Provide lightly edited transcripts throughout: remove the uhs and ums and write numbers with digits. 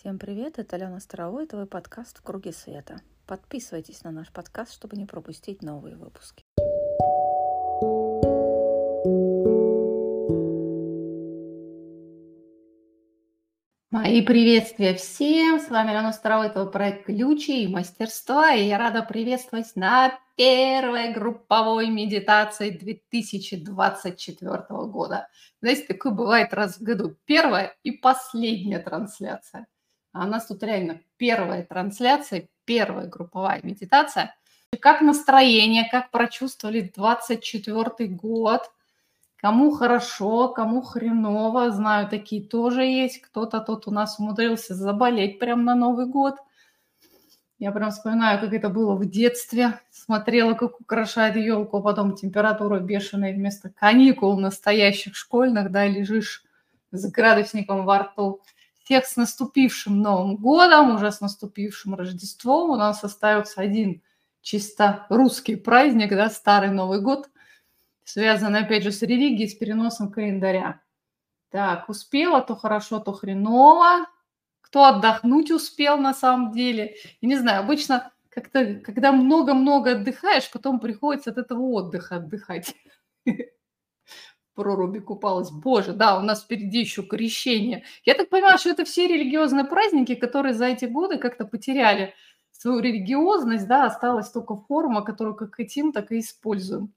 Всем привет, это Алена Старовой, это твой подкаст «В круге света». Подписывайтесь на наш подкаст, чтобы не пропустить новые выпуски. Мои приветствия всем! С вами Алена Старовой, это проект «Ключи и мастерства», и я рада приветствовать на первой групповой медитации 2024 года. Знаете, такое бывает раз в году. Первая и последняя трансляция. А у нас тут реально первая трансляция, первая групповая медитация. Как настроение, как прочувствовали 2024 год? Кому хорошо, кому хреново, знаю, такие тоже есть. Кто-то тут у нас умудрился заболеть прямо на Новый год. Я прям вспоминаю, как это было в детстве. Смотрела, как украшает елку, а потом температура бешеная вместо каникул настоящих школьных, да, лежишь с градусником во рту. Всех с наступившим Новым годом, уже с наступившим Рождеством. У нас остается один чисто русский праздник, да, Старый Новый год, связанный, опять же, с религией, с переносом календаря. Так, успела, то хорошо, то хреново. Кто отдохнуть успел на самом деле? Я не знаю, обычно как-то, когда много-много отдыхаешь, потом приходится от этого отдыха отдыхать. В проруби купалась. Боже, да, у нас впереди еще крещение. Я так понимаю, что это все религиозные праздники, которые за эти годы как-то потеряли свою религиозность, да, осталась только форма, которую как хотим, так и используем.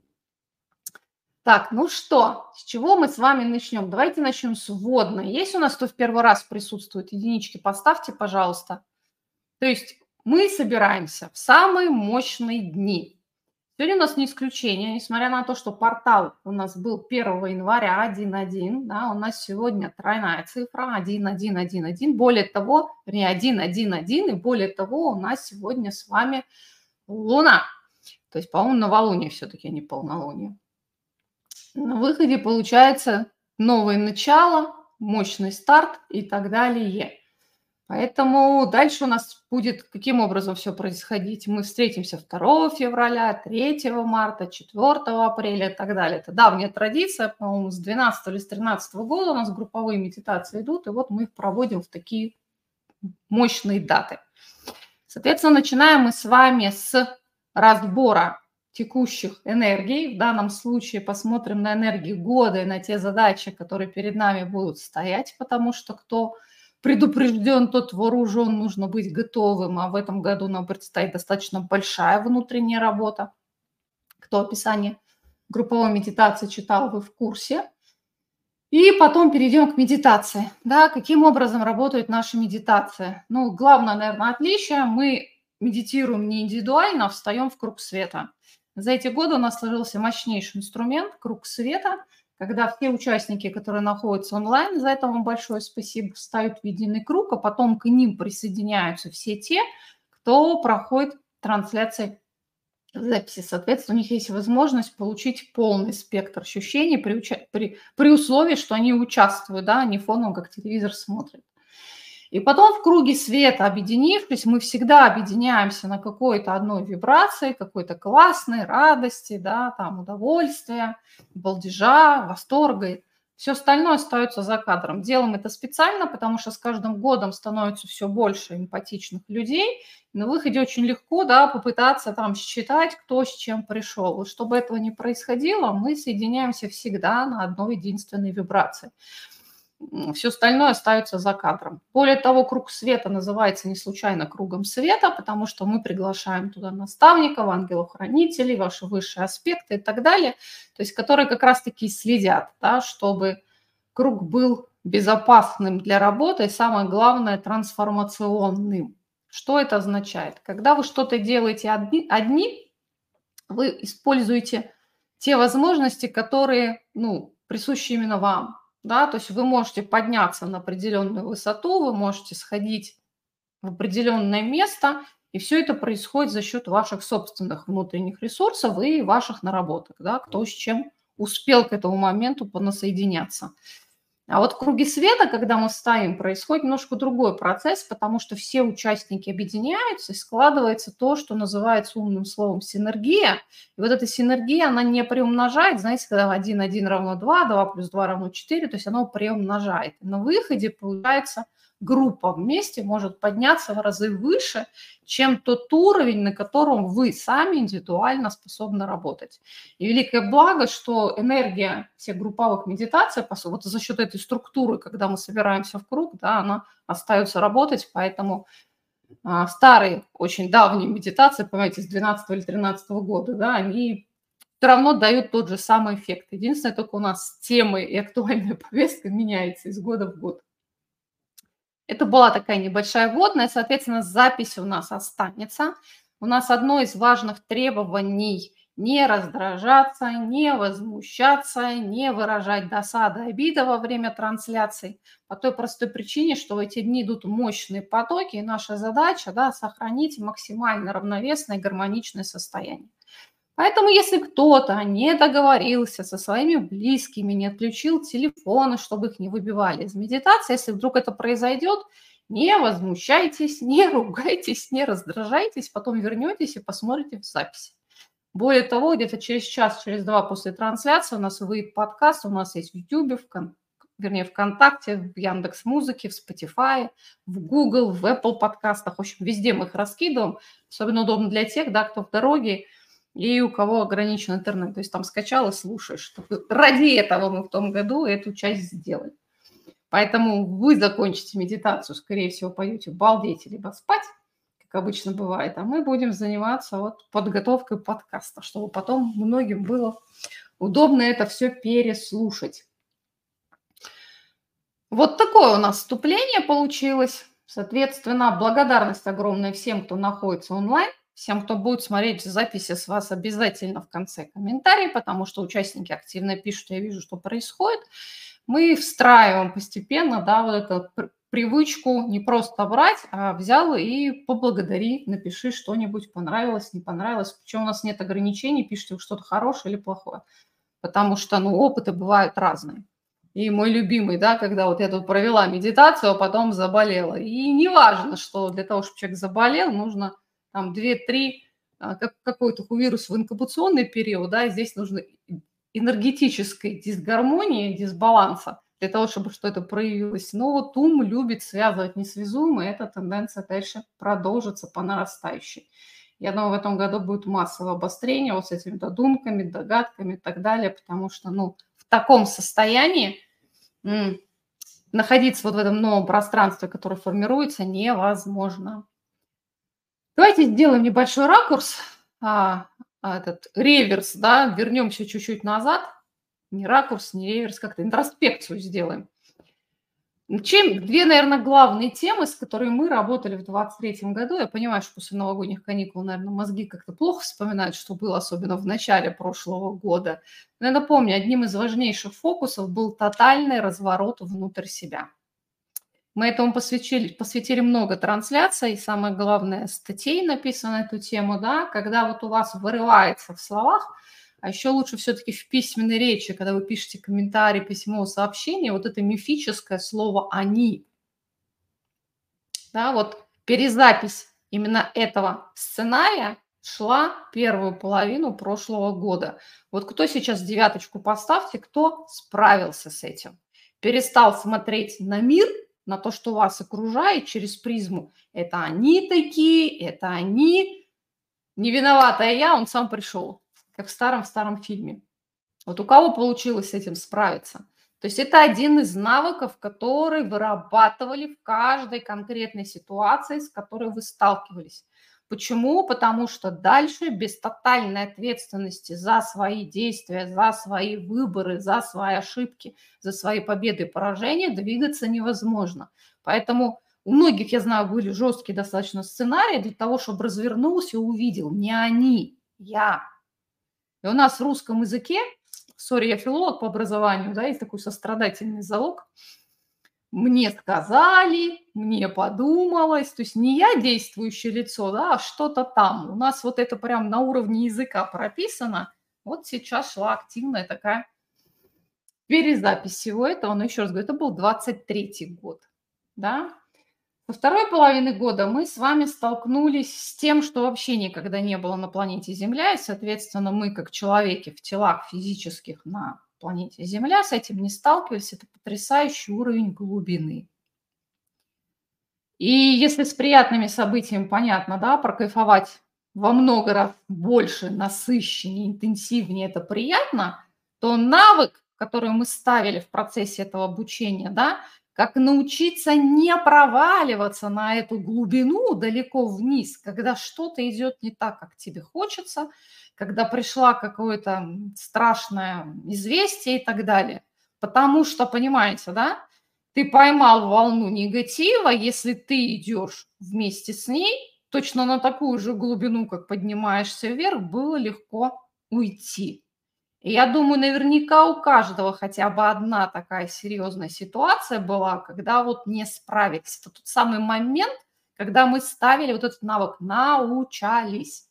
Так, ну что, с чего мы с вами начнем? Давайте начнем с вводной. Есть у нас кто в первый раз присутствует? Единички поставьте, пожалуйста. То есть мы собираемся в самые мощные дни. Сегодня у нас не исключение, несмотря на то, что портал у нас был 1 января 1.1, да, у нас сегодня тройная цифра 1.1.1.1. Более того, не 1.1.1, и более того, у нас сегодня с вами Луна. То есть, по-моему, новолуние все-таки, а не полнолуние. На выходе получается новое начало, мощный старт и так далее. Поэтому дальше у нас будет каким образом все происходить. Мы встретимся 2 февраля, 3 марта, 4 апреля и так далее. Это давняя традиция, по-моему, с 12 или с 13 года у нас групповые медитации идут, и вот мы их проводим в такие мощные даты. Соответственно, начинаем мы с вами с разбора текущих энергий. В данном случае посмотрим на энергии года и на те задачи, которые перед нами будут стоять, потому что кто предупрежден, тот вооружен, нужно быть готовым. А в этом году нам предстоит достаточно большая внутренняя работа. Кто описание групповой медитации читал, вы в курсе. И потом перейдем к медитации. Да, каким образом работает наша медитация? Ну, главное, наверное, отличие. Мы медитируем не индивидуально, а встаем в круг света. За эти годы у нас сложился мощнейший инструмент «Круг света», когда все участники, которые находятся онлайн, за это вам большое спасибо, встают в единый круг, а потом к ним присоединяются все те, кто проходит трансляции записи. Соответственно, у них есть возможность получить полный спектр ощущений при условии, что они участвуют, да, а не фоном, как телевизор смотрят. И потом в круге света, объединившись, мы всегда объединяемся на какой-то одной вибрации, какой-то классной радости, да, там удовольствия, балдежа, восторга. Все остальное остается за кадром. Делаем это специально, потому что с каждым годом становится все больше эмпатичных людей. На выходе очень легко, да, попытаться там считать, кто с чем пришел. Вот чтобы этого не происходило, мы соединяемся всегда на одной единственной вибрации. Все остальное остается за кадром. Более того, круг света называется не случайно кругом света, потому что мы приглашаем туда наставников, ангелов-хранителей, ваши высшие аспекты и так далее, то есть которые как раз-таки следят, да, чтобы круг был безопасным для работы и, самое главное, трансформационным. Что это означает? Когда вы что-то делаете одни, вы используете те возможности, которые, присущи именно вам. Да, то есть вы можете подняться на определенную высоту, вы можете сходить в определенное место, и все это происходит за счет ваших собственных внутренних ресурсов и ваших наработок, да, кто с чем успел к этому моменту понасоединяться. А вот в круге света, когда мы стоим, происходит немножко другой процесс, потому что все участники объединяются, и складывается то, что называется умным словом синергия. И вот эта синергия, она не приумножает, знаете, когда 1 равно 2, 2 плюс 2 равно 4, то есть оно приумножает. На выходе получается группа вместе может подняться в разы выше, чем тот уровень, на котором вы сами индивидуально способны работать. И великое благо, что энергия всех групповых медитаций, вот за счет этой структуры, когда мы собираемся в круг, да, она остается работать, поэтому старые, очень давние медитации, понимаете, с 12 или 13 года, да, они все равно дают тот же самый эффект. Единственное, только у нас темы и актуальная повестка меняется из года в год. Это была такая небольшая вводная, соответственно, запись у нас останется. У нас одно из важных требований – не раздражаться, не возмущаться, не выражать досады, обиды во время трансляций. По той простой причине, что в эти дни идут мощные потоки, и наша задача, да, сохранить максимально равновесное и гармоничное состояние. Поэтому если кто-то не договорился со своими близкими, не отключил телефоны, чтобы их не выбивали из медитации, если вдруг это произойдет, не возмущайтесь, не ругайтесь, не раздражайтесь, потом вернетесь и посмотрите в записи. Более того, где-то через час, через два после трансляции у нас выйдет подкаст, у нас есть в YouTube, ВКонтакте, в Яндекс.Музыке, в Spotify, в Google, в Apple подкастах. В общем, везде мы их раскидываем. Особенно удобно для тех, да, кто в дороге и у кого ограничен интернет. То есть там скачал и слушаешь. Ради этого мы в том году эту часть сделали. Поэтому вы закончите медитацию, скорее всего, пойдете балдеть либо спать, как обычно бывает, а мы будем заниматься вот подготовкой подкаста, чтобы потом многим было удобно это все переслушать. Вот такое у нас вступление получилось. Соответственно, благодарность огромная всем, кто находится онлайн, всем, кто будет смотреть записи с вас обязательно в конце комментарий, потому что участники активно пишут, я вижу, что происходит. Мы встраиваем постепенно, да, вот эту привычку не просто брать, а взял и поблагодари, напиши что-нибудь, понравилось, не понравилось. Причем у нас нет ограничений, пишите что-то хорошее или плохое, потому что, опыты бывают разные. И мой любимый, да, когда вот я тут провела медитацию, а потом заболела. И не важно, что для того, чтобы человек заболел, нужно там 2-3, какой-то вирус в инкубационный период, да, здесь нужно энергетической дисгармонии, дисбаланса для того, чтобы что-то проявилось. Но вот ум любит связывать несвязуемое, и эта тенденция дальше продолжится по нарастающей. Я думаю, в этом году будет массовое обострение вот с этими додумками, догадками и так далее, потому что, в таком состоянии находиться вот в этом новом пространстве, которое формируется, невозможно. Давайте сделаем небольшой ракурс, этот реверс, да, вернемся чуть-чуть назад. Не ракурс, не реверс, как-то интроспекцию сделаем. Две, наверное, главные темы, с которыми мы работали в 2023 году. Я понимаю, что после новогодних каникул, наверное, мозги как-то плохо вспоминают, что было, особенно в начале прошлого года. Но я напомню, одним из важнейших фокусов был тотальный разворот внутрь себя. Мы этому посвятили много трансляций, и самое главное, статей написано на эту тему, да, когда вот у вас вырывается в словах, а еще лучше все-таки в письменной речи, когда вы пишете комментарий, письмо, сообщение, вот это мифическое слово «они». Да, вот перезапись именно этого сценария шла первую половину прошлого года. Вот кто сейчас девяточку поставьте, кто справился с этим? Перестал смотреть на мир, на то, что вас окружает через призму. Это они такие, это они. Не виноватая я, он сам пришел, как в старом фильме. Вот у кого получилось с этим справиться? То есть это один из навыков, который вырабатывали в каждой конкретной ситуации, с которой вы сталкивались. Почему? Потому что дальше без тотальной ответственности за свои действия, за свои выборы, за свои ошибки, за свои победы и поражения двигаться невозможно. Поэтому у многих, я знаю, были жесткие достаточно сценарии для того, чтобы развернулся и увидел не они, я. И у нас в русском языке, я филолог по образованию, да, есть такой сострадательный залог. Мне сказали, мне подумалось, то есть не я действующее лицо, да, а что-то там. У нас вот это прям на уровне языка прописано. Вот сейчас шла активная такая перезапись всего этого. Но еще раз говорю, это был 23-й год, да. Во второй половины года мы с вами столкнулись с тем, что вообще никогда не было на планете Земля, и, соответственно, мы, как человеки в телах физических на планете Земля, с этим не сталкивались. Это потрясающий уровень глубины. И если с приятными событиями понятно, да, прокайфовать во много раз больше, насыщеннее, интенсивнее, это приятно, то навык, который мы ставили в процессе этого обучения, да, как научиться не проваливаться на эту глубину далеко вниз, когда что-то идет не так, как тебе хочется, когда пришла какое-то страшное известие и так далее. Потому что, понимаете, да, ты поймал волну негатива, если ты идешь вместе с ней, точно на такую же глубину, как поднимаешься вверх, было легко уйти. И я думаю, наверняка у каждого хотя бы одна такая серьезная ситуация была, когда вот не справились. Это тот самый момент, когда мы ставили вот этот навык, научались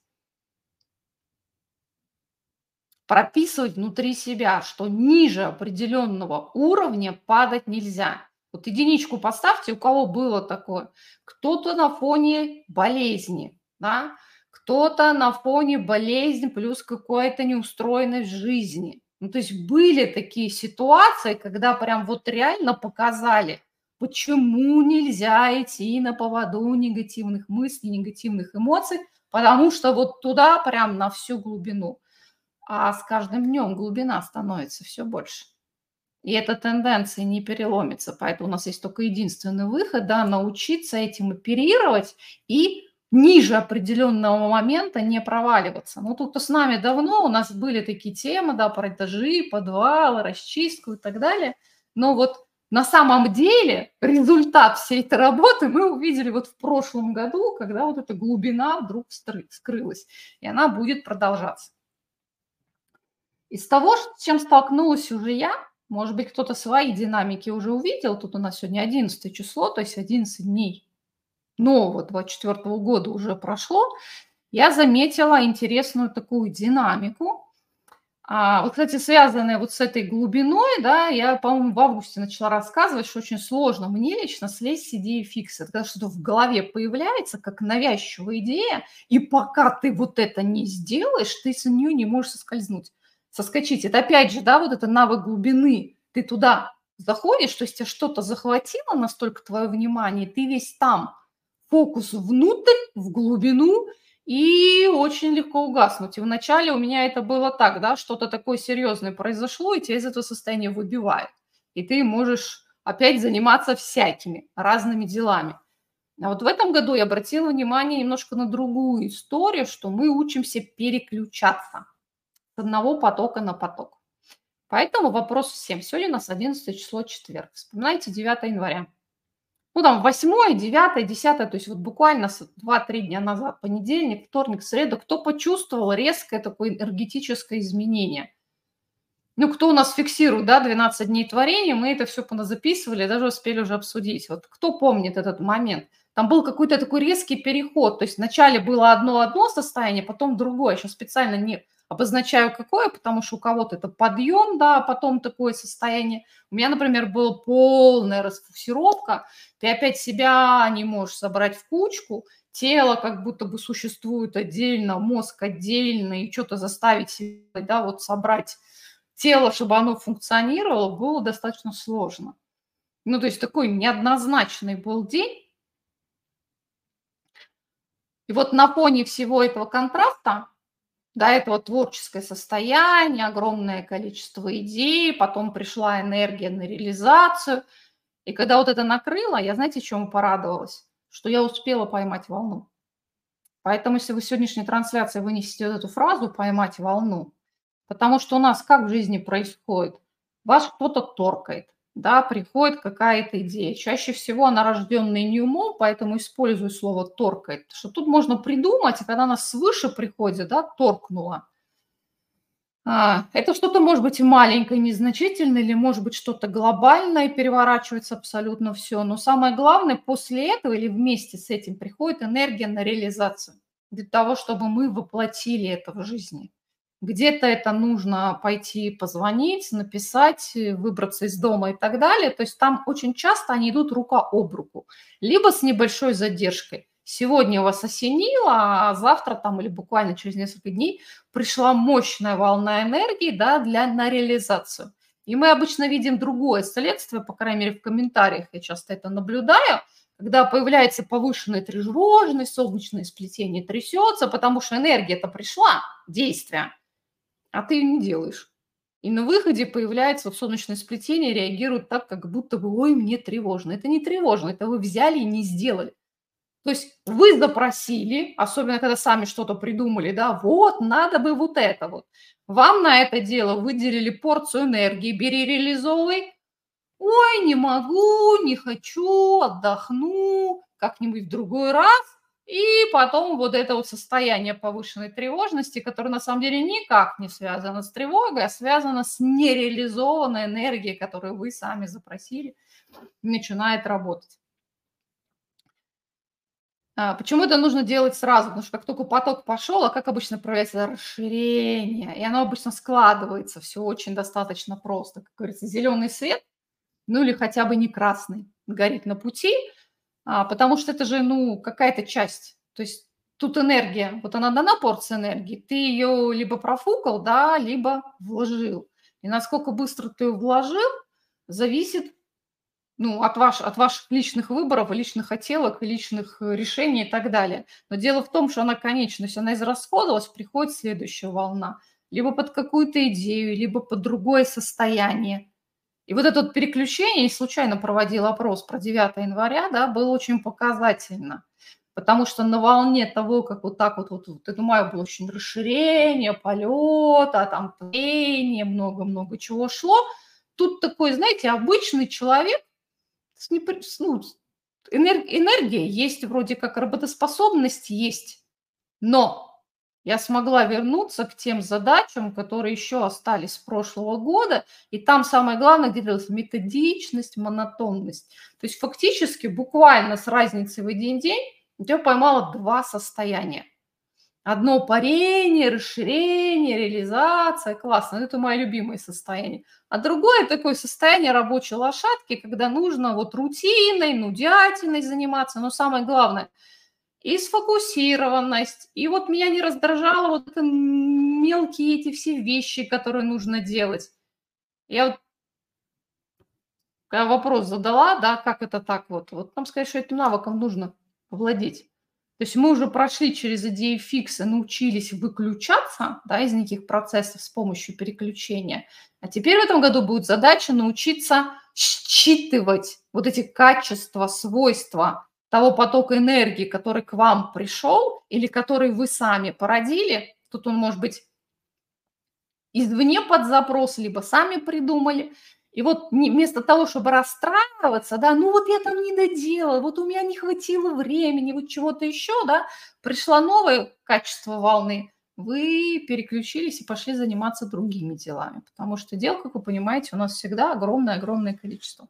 прописывать внутри себя, что ниже определенного уровня падать нельзя. Вот единичку поставьте, у кого было такое. Кто-то на фоне болезни, да? Кто-то на фоне болезни плюс какой-то неустроенность в жизни. Ну, то есть были такие ситуации, когда прям вот реально показали, почему нельзя идти на поводу негативных мыслей, негативных эмоций, потому что вот туда прям на всю глубину. А с каждым днем глубина становится все больше. И эта тенденция не переломится. Поэтому у нас есть только единственный выход, да, научиться этим оперировать и ниже определенного момента не проваливаться. Ну, тут с нами давно, у нас были такие темы, да, про этажи, подвалы, расчистку и так далее. Но вот на самом деле результат всей этой работы мы увидели вот в прошлом году, когда вот эта глубина вдруг скрылась, и она будет продолжаться. Из того, с чем столкнулась уже я, может быть, кто-то свои динамики уже увидел. Тут у нас сегодня 11 число, то есть 11 дней нового 24 года уже прошло. Я заметила интересную такую динамику. Вот, кстати, связанная вот с этой глубиной, да, я, по-моему, в августе начала рассказывать, что очень сложно мне лично слезть с идеи фикса. Это когда что-то в голове появляется, как навязчивая идея, и пока ты вот это не сделаешь, ты с нее не можешь соскочить. Это опять же, да, вот это навык глубины. Ты туда заходишь, то есть тебя что-то захватило настолько твое внимание, ты весь там. Фокус внутрь, в глубину, и очень легко угаснуть. И вначале у меня это было так, да, что-то такое серьезное произошло, и тебя из этого состояния выбивает. И ты можешь опять заниматься всякими разными делами. А вот в этом году я обратила внимание немножко на другую историю, что мы учимся переключаться с одного потока на поток. Поэтому вопрос всем. Сегодня у нас 11 число, четверг. Вспоминайте 9 января. Ну, там 8, 9, 10, то есть вот буквально 2-3 дня назад, понедельник, вторник, среда, кто почувствовал резкое такое энергетическое изменение? Ну, кто у нас фиксирует, да, 12 дней творения, мы это все поназаписывали, даже успели уже обсудить. Вот кто помнит этот момент? Там был какой-то такой резкий переход, то есть вначале было одно состояние, потом другое. Сейчас специально не обозначаю какое, потому что у кого-то это подъем, да, а потом такое состояние. У меня, например, была полная расфокусировка, ты опять себя не можешь собрать в кучку, тело как будто бы существует отдельно, мозг отдельно, и что-то заставить себя, да, вот собрать тело, чтобы оно функционировало, было достаточно сложно. Ну, то есть такой неоднозначный был день. И вот на фоне всего этого контраста, до этого творческое состояние, огромное количество идей, потом пришла энергия на реализацию. И когда вот это накрыло, я, знаете, чему порадовалась? Что я успела поймать волну. Поэтому, если вы в сегодняшней трансляции вынесете вот эту фразу «поймать волну», потому что у нас как в жизни происходит? Вас кто-то торкает, да, приходит какая-то идея. Чаще всего она рожденная не умом, поэтому использую слово «торкает», потому что тут можно придумать, и когда нас свыше приходит, да, торкнуло. Это что-то может быть маленькое, незначительное, или может быть что-то глобальное, и переворачивается абсолютно все. Но самое главное, после этого или вместе с этим приходит энергия на реализацию для того, чтобы мы воплотили это в жизни. Где-то это нужно пойти позвонить, написать, выбраться из дома и так далее. То есть там очень часто они идут рука об руку, либо с небольшой задержкой. Сегодня вас осенило, а завтра там или буквально через несколько дней пришла мощная волна энергии, да, на реализацию. И мы обычно видим другое следствие, по крайней мере, в комментариях я часто это наблюдаю, когда появляется повышенная тревожность, солнечное сплетение трясется, потому что энергия-то пришла, действие, а ты ее не делаешь. И на выходе появляется солнечное сплетение, реагирует так, как будто бы, ой, мне тревожно. Это не тревожно, это вы взяли и не сделали. То есть вы запросили, особенно когда сами что-то придумали, да, вот, надо бы вот это вот. Вам на это дело выделили порцию энергии, бери, реализовывай. Ой, не могу, не хочу, отдохну, как-нибудь в другой раз. И потом вот это вот состояние повышенной тревожности, которое на самом деле никак не связано с тревогой, а связано с нереализованной энергией, которую вы сами запросили, начинает работать. Почему это нужно делать сразу? Потому что как только поток пошел, а как обычно проявляется расширение, и оно обычно складывается, все очень достаточно просто. Как говорится, зеленый свет, ну или хотя бы не красный, горит на пути, потому что это же, ну, какая-то часть. То есть тут энергия, вот она дана, порция энергии, ты ее либо профукал, да, либо вложил. И насколько быстро ты ее вложил, зависит, ну, от ваших личных выборов, личных хотелок, личных решений и так далее. Но дело в том, что она конечность, она израсходовалась, приходит следующая волна. Либо под какую-то идею, либо под другое состояние. И вот это вот переключение, я случайно проводила опрос про 9 января, да, было очень показательно. Потому что на волне того, как вот так вот это мая было очень расширение, полета, там, трение, много-много чего шло. Тут такой, знаете, обычный человек, ну, энергия есть, вроде как работоспособность есть, но я смогла вернуться к тем задачам, которые еще остались с прошлого года, и там самое главное, где делалась методичность, монотонность. То есть фактически буквально с разницей в один день я поймала два состояния. Одно парение, расширение, реализация, классно, это мое любимое состояние. А другое такое состояние рабочей лошадки, когда нужно вот рутиной, нудятиной заниматься, но самое главное – и сфокусированность. И вот меня не раздражало вот это мелкие эти все вещи, которые нужно делать. Я вот когда вопрос задала, да, как это так вот там сказать, что этим навыком нужно овладеть. То есть мы уже прошли через идеи фикса, научились выключаться, да, из неких процессов с помощью переключения. А теперь в этом году будет задача научиться считывать вот эти качества, свойства того потока энергии, который к вам пришел или который вы сами породили. Тут он может быть извне под запрос, либо сами придумали. И вот вместо того, чтобы расстраиваться, да, ну вот я там не доделала, вот у меня не хватило времени, вот чего-то еще, да, пришло новое качество волны, вы переключились и пошли заниматься другими делами, потому что дел, как вы понимаете, у нас всегда огромное-огромное количество.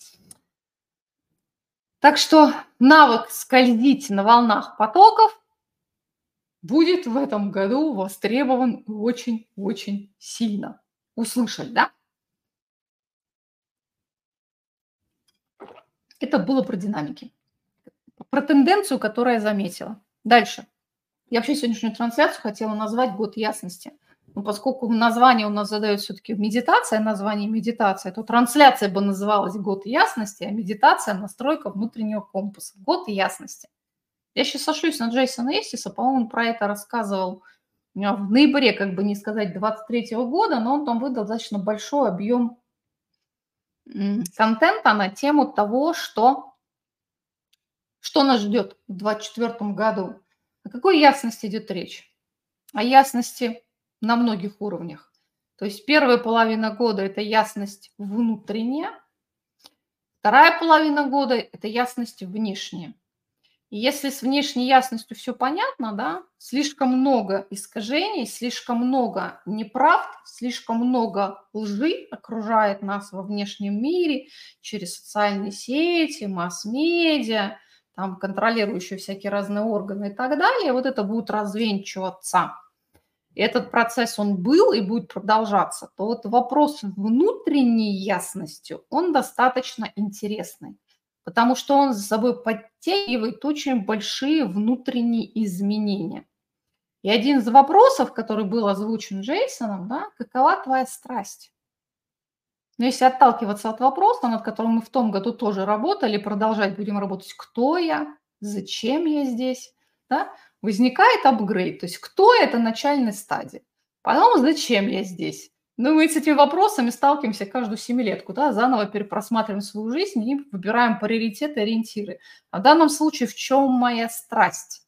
Так что навык скользить на волнах потоков будет в этом году востребован очень-очень сильно. Услышали, да? Это было про динамики, про тенденцию, которую я заметила. Дальше. Я вообще сегодняшнюю трансляцию хотела назвать «Год ясности». Но поскольку название у нас задает все-таки медитация, название медитация, то трансляция бы называлась «Год ясности», а медитация – настройка внутреннего компаса. Год ясности. Я сейчас сошлюсь на Джейсона Эстиса, по-моему, он про это рассказывал в ноябре, как бы не сказать, 23-го года, но он там выдал достаточно большой объем контента на тему того, что нас ждет в 2024 году. О какой ясности идет речь? О ясности на многих уровнях. То есть первая половина года – это ясность внутренняя, вторая половина года – это ясность внешняя. И если с внешней ясностью все понятно, да, слишком много искажений, слишком много неправд, слишком много лжи окружает нас во внешнем мире через социальные сети, масс-медиа, там контролирующие всякие разные органы и так далее, вот это будет развенчиваться. И этот процесс, он был и будет продолжаться, то вот вопрос внутренней ясности, он достаточно интересный. Потому что он за собой подтягивает очень большие внутренние изменения. И один из вопросов, который был озвучен Джейсоном, да, какова твоя страсть? Но если отталкиваться от вопроса, над которым мы в том году тоже работали, продолжать будем работать, кто я, зачем я здесь, да, возникает апгрейд, то есть кто это начальной стадии. Потом, зачем я здесь? Ну, мы с этими вопросами сталкиваемся каждую семилетку, да, заново перепросматриваем свою жизнь и выбираем приоритеты, ориентиры. А в данном случае в чем моя страсть?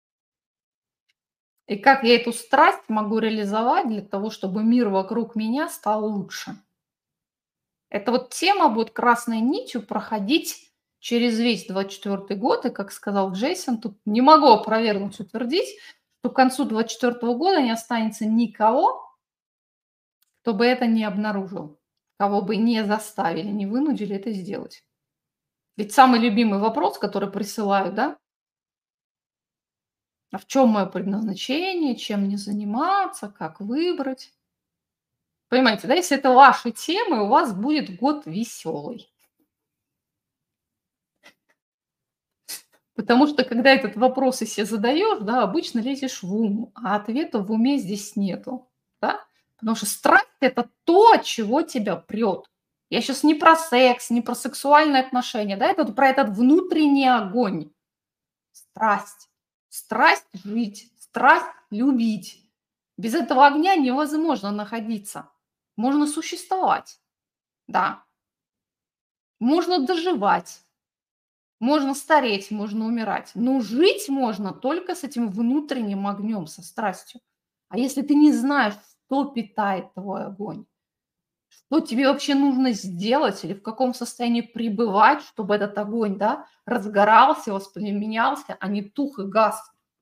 И как я эту страсть могу реализовать для того, чтобы мир вокруг меня стал лучше? Эта вот тема будет красной нитью проходить через весь 24 год. И, как сказал Джейсон, тут не могу опровергнуть, утвердить, что к концу 24 года не останется никого, кто бы это не обнаружил, кого бы не заставили, не вынудили это сделать. Ведь самый любимый вопрос, который присылают, да, а в чем мое предназначение, чем мне заниматься, как выбрать. Понимаете, да, если это ваши темы, у вас будет год веселый. Потому что когда этот вопрос и себе задаешь, да, обычно лезешь в ум, а ответа в уме здесь нету, да. Потому что страсть – это то, от чего тебя прет. Я сейчас не про секс, не про сексуальные отношения, да, это вот про этот внутренний огонь. Страсть. Страсть жить, страсть любить. Без этого огня невозможно находиться. Можно существовать, да. Можно доживать. Можно стареть, можно умирать, но жить можно только с этим внутренним огнем, со страстью. А если ты не знаешь, что питает твой огонь, что тебе вообще нужно сделать или в каком состоянии пребывать, чтобы этот огонь, да, разгорался, воспламенялся, а не тух и гас.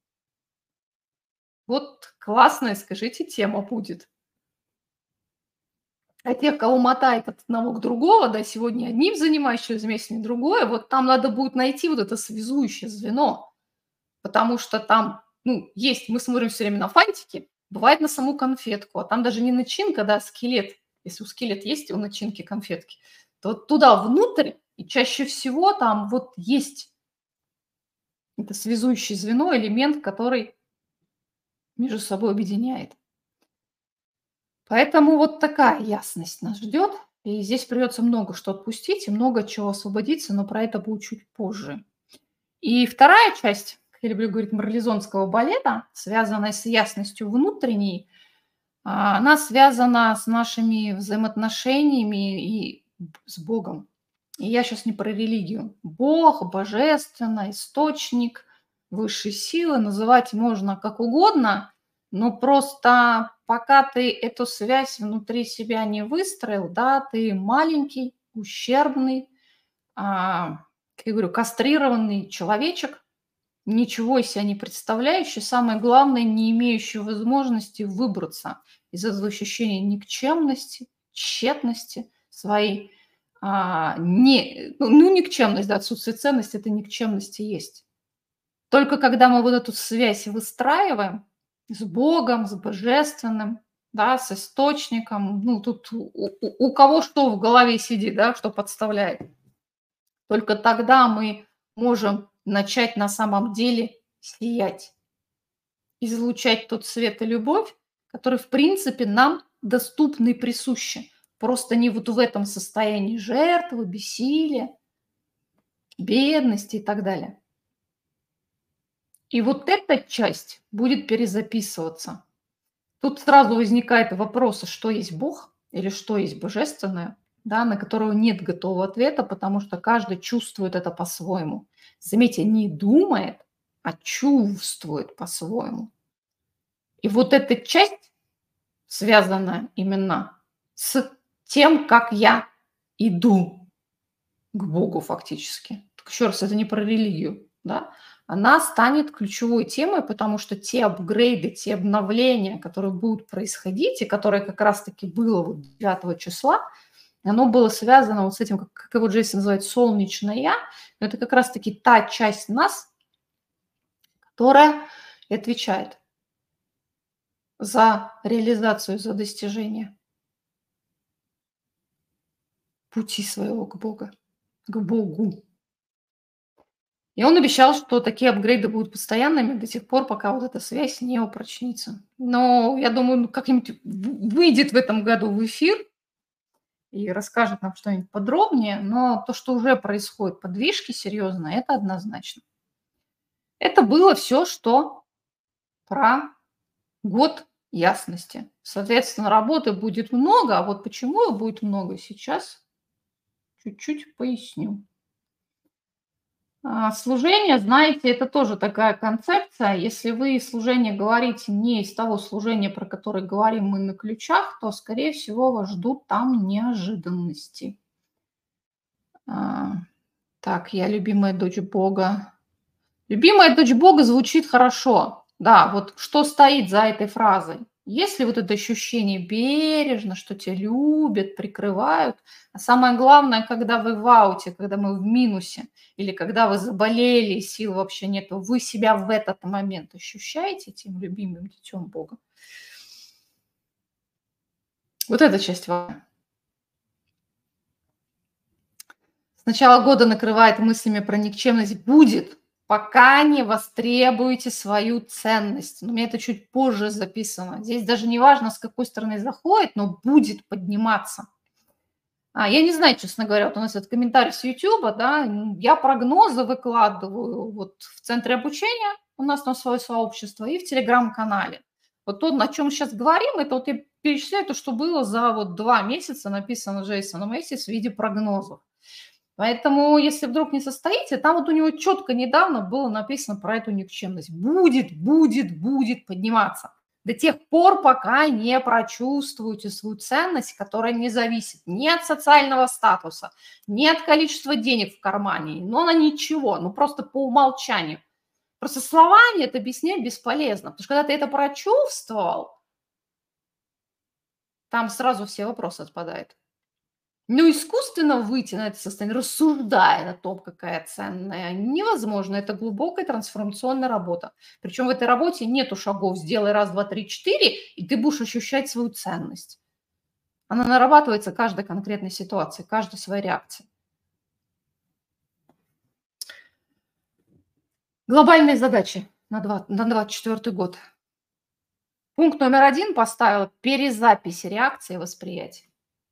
Вот классная, скажите, тема будет. А тех, кого мотает от одного к другого, да, сегодня одним занимаюсь, через месяц не другое, вот там надо будет найти вот это связующее звено. Потому что там, ну, есть, мы смотрим все время на фантики, бывает на саму конфетку, а там даже не начинка, да, а скелет. Если у скелета есть у начинки конфетки, то вот туда внутрь, и чаще всего там вот есть это связующее звено, элемент, который между собой объединяет. Поэтому вот такая ясность нас ждет. И здесь придется много что отпустить и много чего освободиться, но про это будет чуть позже. И вторая часть, как я люблю говорить, марлезонского балета, связанная с ясностью внутренней, она связана с нашими взаимоотношениями и с Богом. И я сейчас не про религию. Бог, божественно, источник, высшие силы, называть можно как угодно, но просто пока ты эту связь внутри себя не выстроил, да, ты маленький, ущербный, как я говорю, кастрированный человечек, ничего из себя не представляющий, самое главное, не имеющий возможности выбраться из этого ощущения никчемности, тщетности своей, никчемность, да, отсутствие ценности – это никчемность и есть. Только когда мы вот эту связь выстраиваем с Богом, с Божественным, да, с Источником, ну, тут у кого что в голове сидит, да, что подставляет, только тогда мы можем начать на самом деле сиять, излучать тот свет и любовь, который, в принципе, нам доступны и присущи. Просто не вот в этом состоянии жертвы, бессилия, бедности и так далее. И вот эта часть будет перезаписываться. Тут сразу возникает вопрос, что есть Бог или что есть Божественное, да, на которого нет готового ответа, потому что каждый чувствует это по-своему. Заметьте, не думает, а чувствует по-своему. И вот эта часть связана именно с тем, как я иду к Богу фактически. Так еще раз, это не про религию, да? Она станет ключевой темой, потому что те апгрейды, те обновления, которые будут происходить, и которые как раз-таки было вот 9 числа, оно было связано вот с этим, как его Джейсон называет, солнечное «я». Это как раз-таки та часть нас, которая и отвечает за реализацию, за достижение пути своего к Богу, к Богу. И он обещал, что такие апгрейды будут постоянными до тех пор, пока вот эта связь не упрочнится. Но я думаю, как-нибудь выйдет в этом году в эфир и расскажет нам что-нибудь подробнее, но то, что уже происходит, подвижки серьезные, это однозначно. Это было все, что про год ясности. Соответственно, работы будет много, а вот почему ее будет много, сейчас чуть-чуть поясню. Служение, знаете, это тоже такая концепция. Если вы служение говорите не из того служения, про которое говорим мы на ключах, то, скорее всего, вас ждут там неожиданности. А, Так, я любимая дочь Бога. Любимая дочь Бога звучит хорошо. Да, вот что стоит за этой фразой? Есть ли вот это ощущение бережно, что тебя любят, прикрывают? А самое главное, когда вы в ауте, когда мы в минусе, или когда вы заболели, и сил вообще нету, вы себя в этот момент ощущаете этим любимым детем Бога? Вот эта часть важна. С начала года накрывает мыслями про никчемность. Будет, пока не востребуете свою ценность. Но у меня это чуть позже записано. Здесь даже не важно, с какой стороны заходит, но будет подниматься. Я не знаю, честно говоря, вот у нас этот комментарий с YouTube, да, я прогнозы выкладываю вот в центре обучения, у нас там свое сообщество, и в Телеграм-канале. Вот то, о чем сейчас говорим, это вот я перечисляю то, что было за вот 2 месяца написано Джейсоном Мэйсис в виде прогнозов. Поэтому, если вдруг не состоите, там вот у него четко недавно было написано про эту никчемность. Будет подниматься. До тех пор, пока не прочувствуете свою ценность, которая не зависит ни от социального статуса, ни от количества денег в кармане, но на ничего, ну просто по умолчанию. Просто словами это объяснять бесполезно, потому что когда ты это прочувствовал, там сразу все вопросы отпадают. Но искусственно выйти на это состояние, рассуждая о том, какая ценная, невозможно. Это глубокая трансформационная работа. Причем в этой работе нету шагов «сделай раз, два, три, четыре», и ты будешь ощущать свою ценность. Она нарабатывается каждой конкретной ситуации, каждой своей реакции. Глобальные задачи на 2024 год. Пункт номер 1 поставила перезапись реакции и восприятия.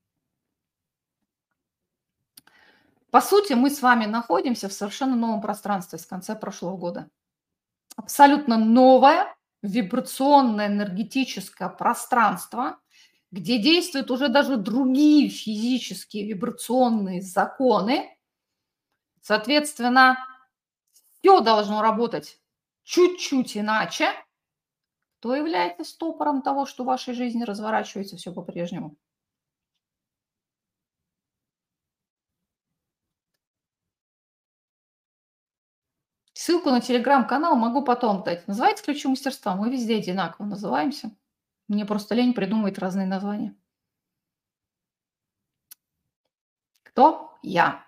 По сути, мы с вами находимся в совершенно новом пространстве с конца прошлого года. Абсолютно новое вибрационное энергетическое пространство, где действуют уже даже другие физические вибрационные законы. Соответственно, все должно работать чуть-чуть иначе. Кто является стопором того, что в вашей жизни разворачивается все по-прежнему? Ссылку на телеграм-канал могу потом дать. Называется «Ключи мастерства». Мы везде одинаково называемся. Мне просто лень придумывать разные названия. Кто я?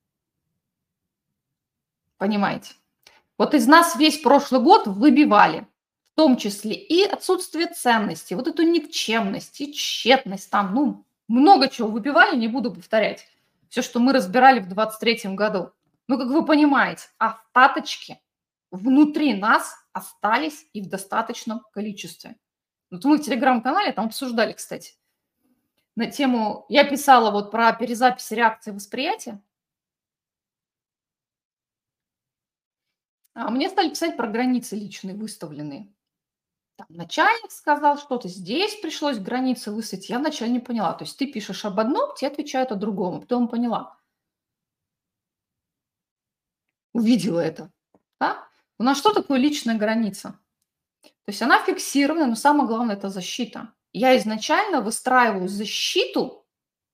Понимаете? Вот из нас весь прошлый год выбивали, в том числе и отсутствие ценности, вот эту никчемность и тщетность, там, ну, много чего выбивали, не буду повторять. Все, что мы разбирали в 23-м году. Ну, как вы понимаете, остаточки внутри нас остались и в достаточном количестве. Вот мы в телеграм-канале там обсуждали, кстати, на тему, я писала вот про перезапись реакции восприятия, а мне стали писать про границы личные выставленные. Там начальник сказал что-то, здесь пришлось границы выставить. Я вначале не поняла. То есть ты пишешь об одном, тебе отвечают о другом. Потом поняла. Увидела это. Да? У нас что такое личная граница? То есть она фиксирована, но самое главное – это защита. Я изначально выстраиваю защиту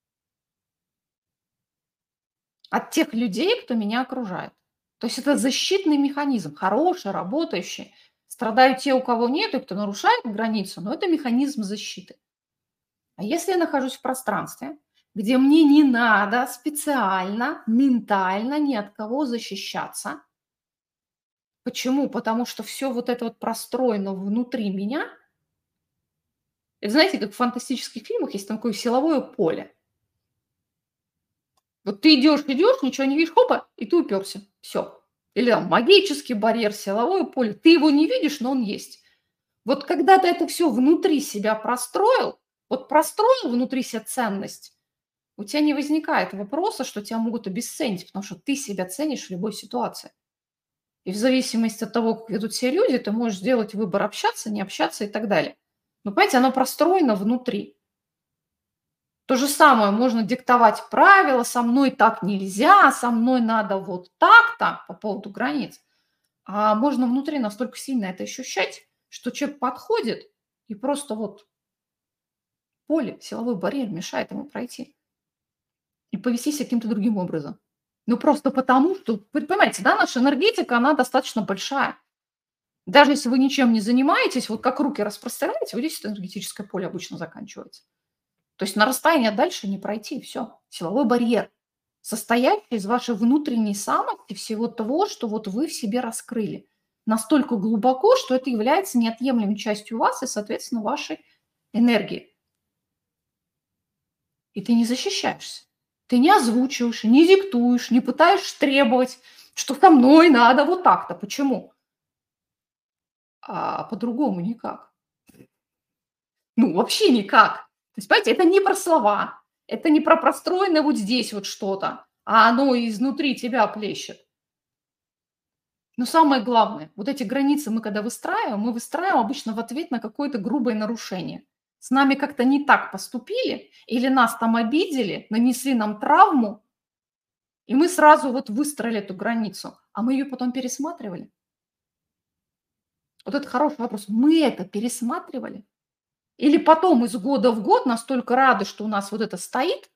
от тех людей, кто меня окружает. То есть это защитный механизм, хороший, работающий. Страдают те, у кого нет, и кто нарушает границу, но это механизм защиты. А если я нахожусь в пространстве, где мне не надо специально, ментально ни от кого защищаться, почему? Потому что все вот это вот простроено внутри меня. Это знаете, как в фантастических фильмах есть там такое силовое поле. Вот ты идешь, ничего не видишь, хопа, и ты уперся. Все. Или там магический барьер, силовое поле. Ты его не видишь, но он есть. Вот когда ты это все внутри себя простроил, вот простроил внутри себя ценность, у тебя не возникает вопроса, что тебя могут обесценить, потому что ты себя ценишь в любой ситуации. И в зависимости от того, как ведут себя люди, ты можешь сделать выбор общаться, не общаться и так далее. Но, понимаете, оно простроено внутри. То же самое можно диктовать правила, со мной так нельзя, со мной надо вот так-то по поводу границ. А можно внутри настолько сильно это ощущать, что человек подходит и просто вот поле, силовой барьер мешает ему пройти и повести себя каким-то другим образом. Ну, просто потому, что, вы понимаете, да, наша энергетика, она достаточно большая. Даже если вы ничем не занимаетесь, вот как руки распространяете, вот здесь это энергетическое поле обычно заканчивается. То есть на расстояние дальше не пройти, все. Силовой барьер, состоящий из вашей внутренней самости, всего того, что вот вы в себе раскрыли. Настолько глубоко, что это является неотъемлемой частью вас и, соответственно, вашей энергии. И ты не защищаешься. Ты не озвучиваешь, не диктуешь, не пытаешься требовать, что со мной надо вот так-то. Почему? А по-другому никак. Ну, вообще никак. То есть, понимаете, это не про слова, это не про простроенное вот здесь вот что-то, а оно изнутри тебя плещет. Но самое главное, вот эти границы мы когда выстраиваем, мы выстраиваем обычно в ответ на какое-то грубое нарушение. С нами как-то не так поступили, или нас там обидели, нанесли нам травму, и мы сразу вот выстроили эту границу, а мы ее потом пересматривали. Вот это хороший вопрос. Мы это пересматривали? Или потом из года в год настолько рады, что у нас вот это стоит,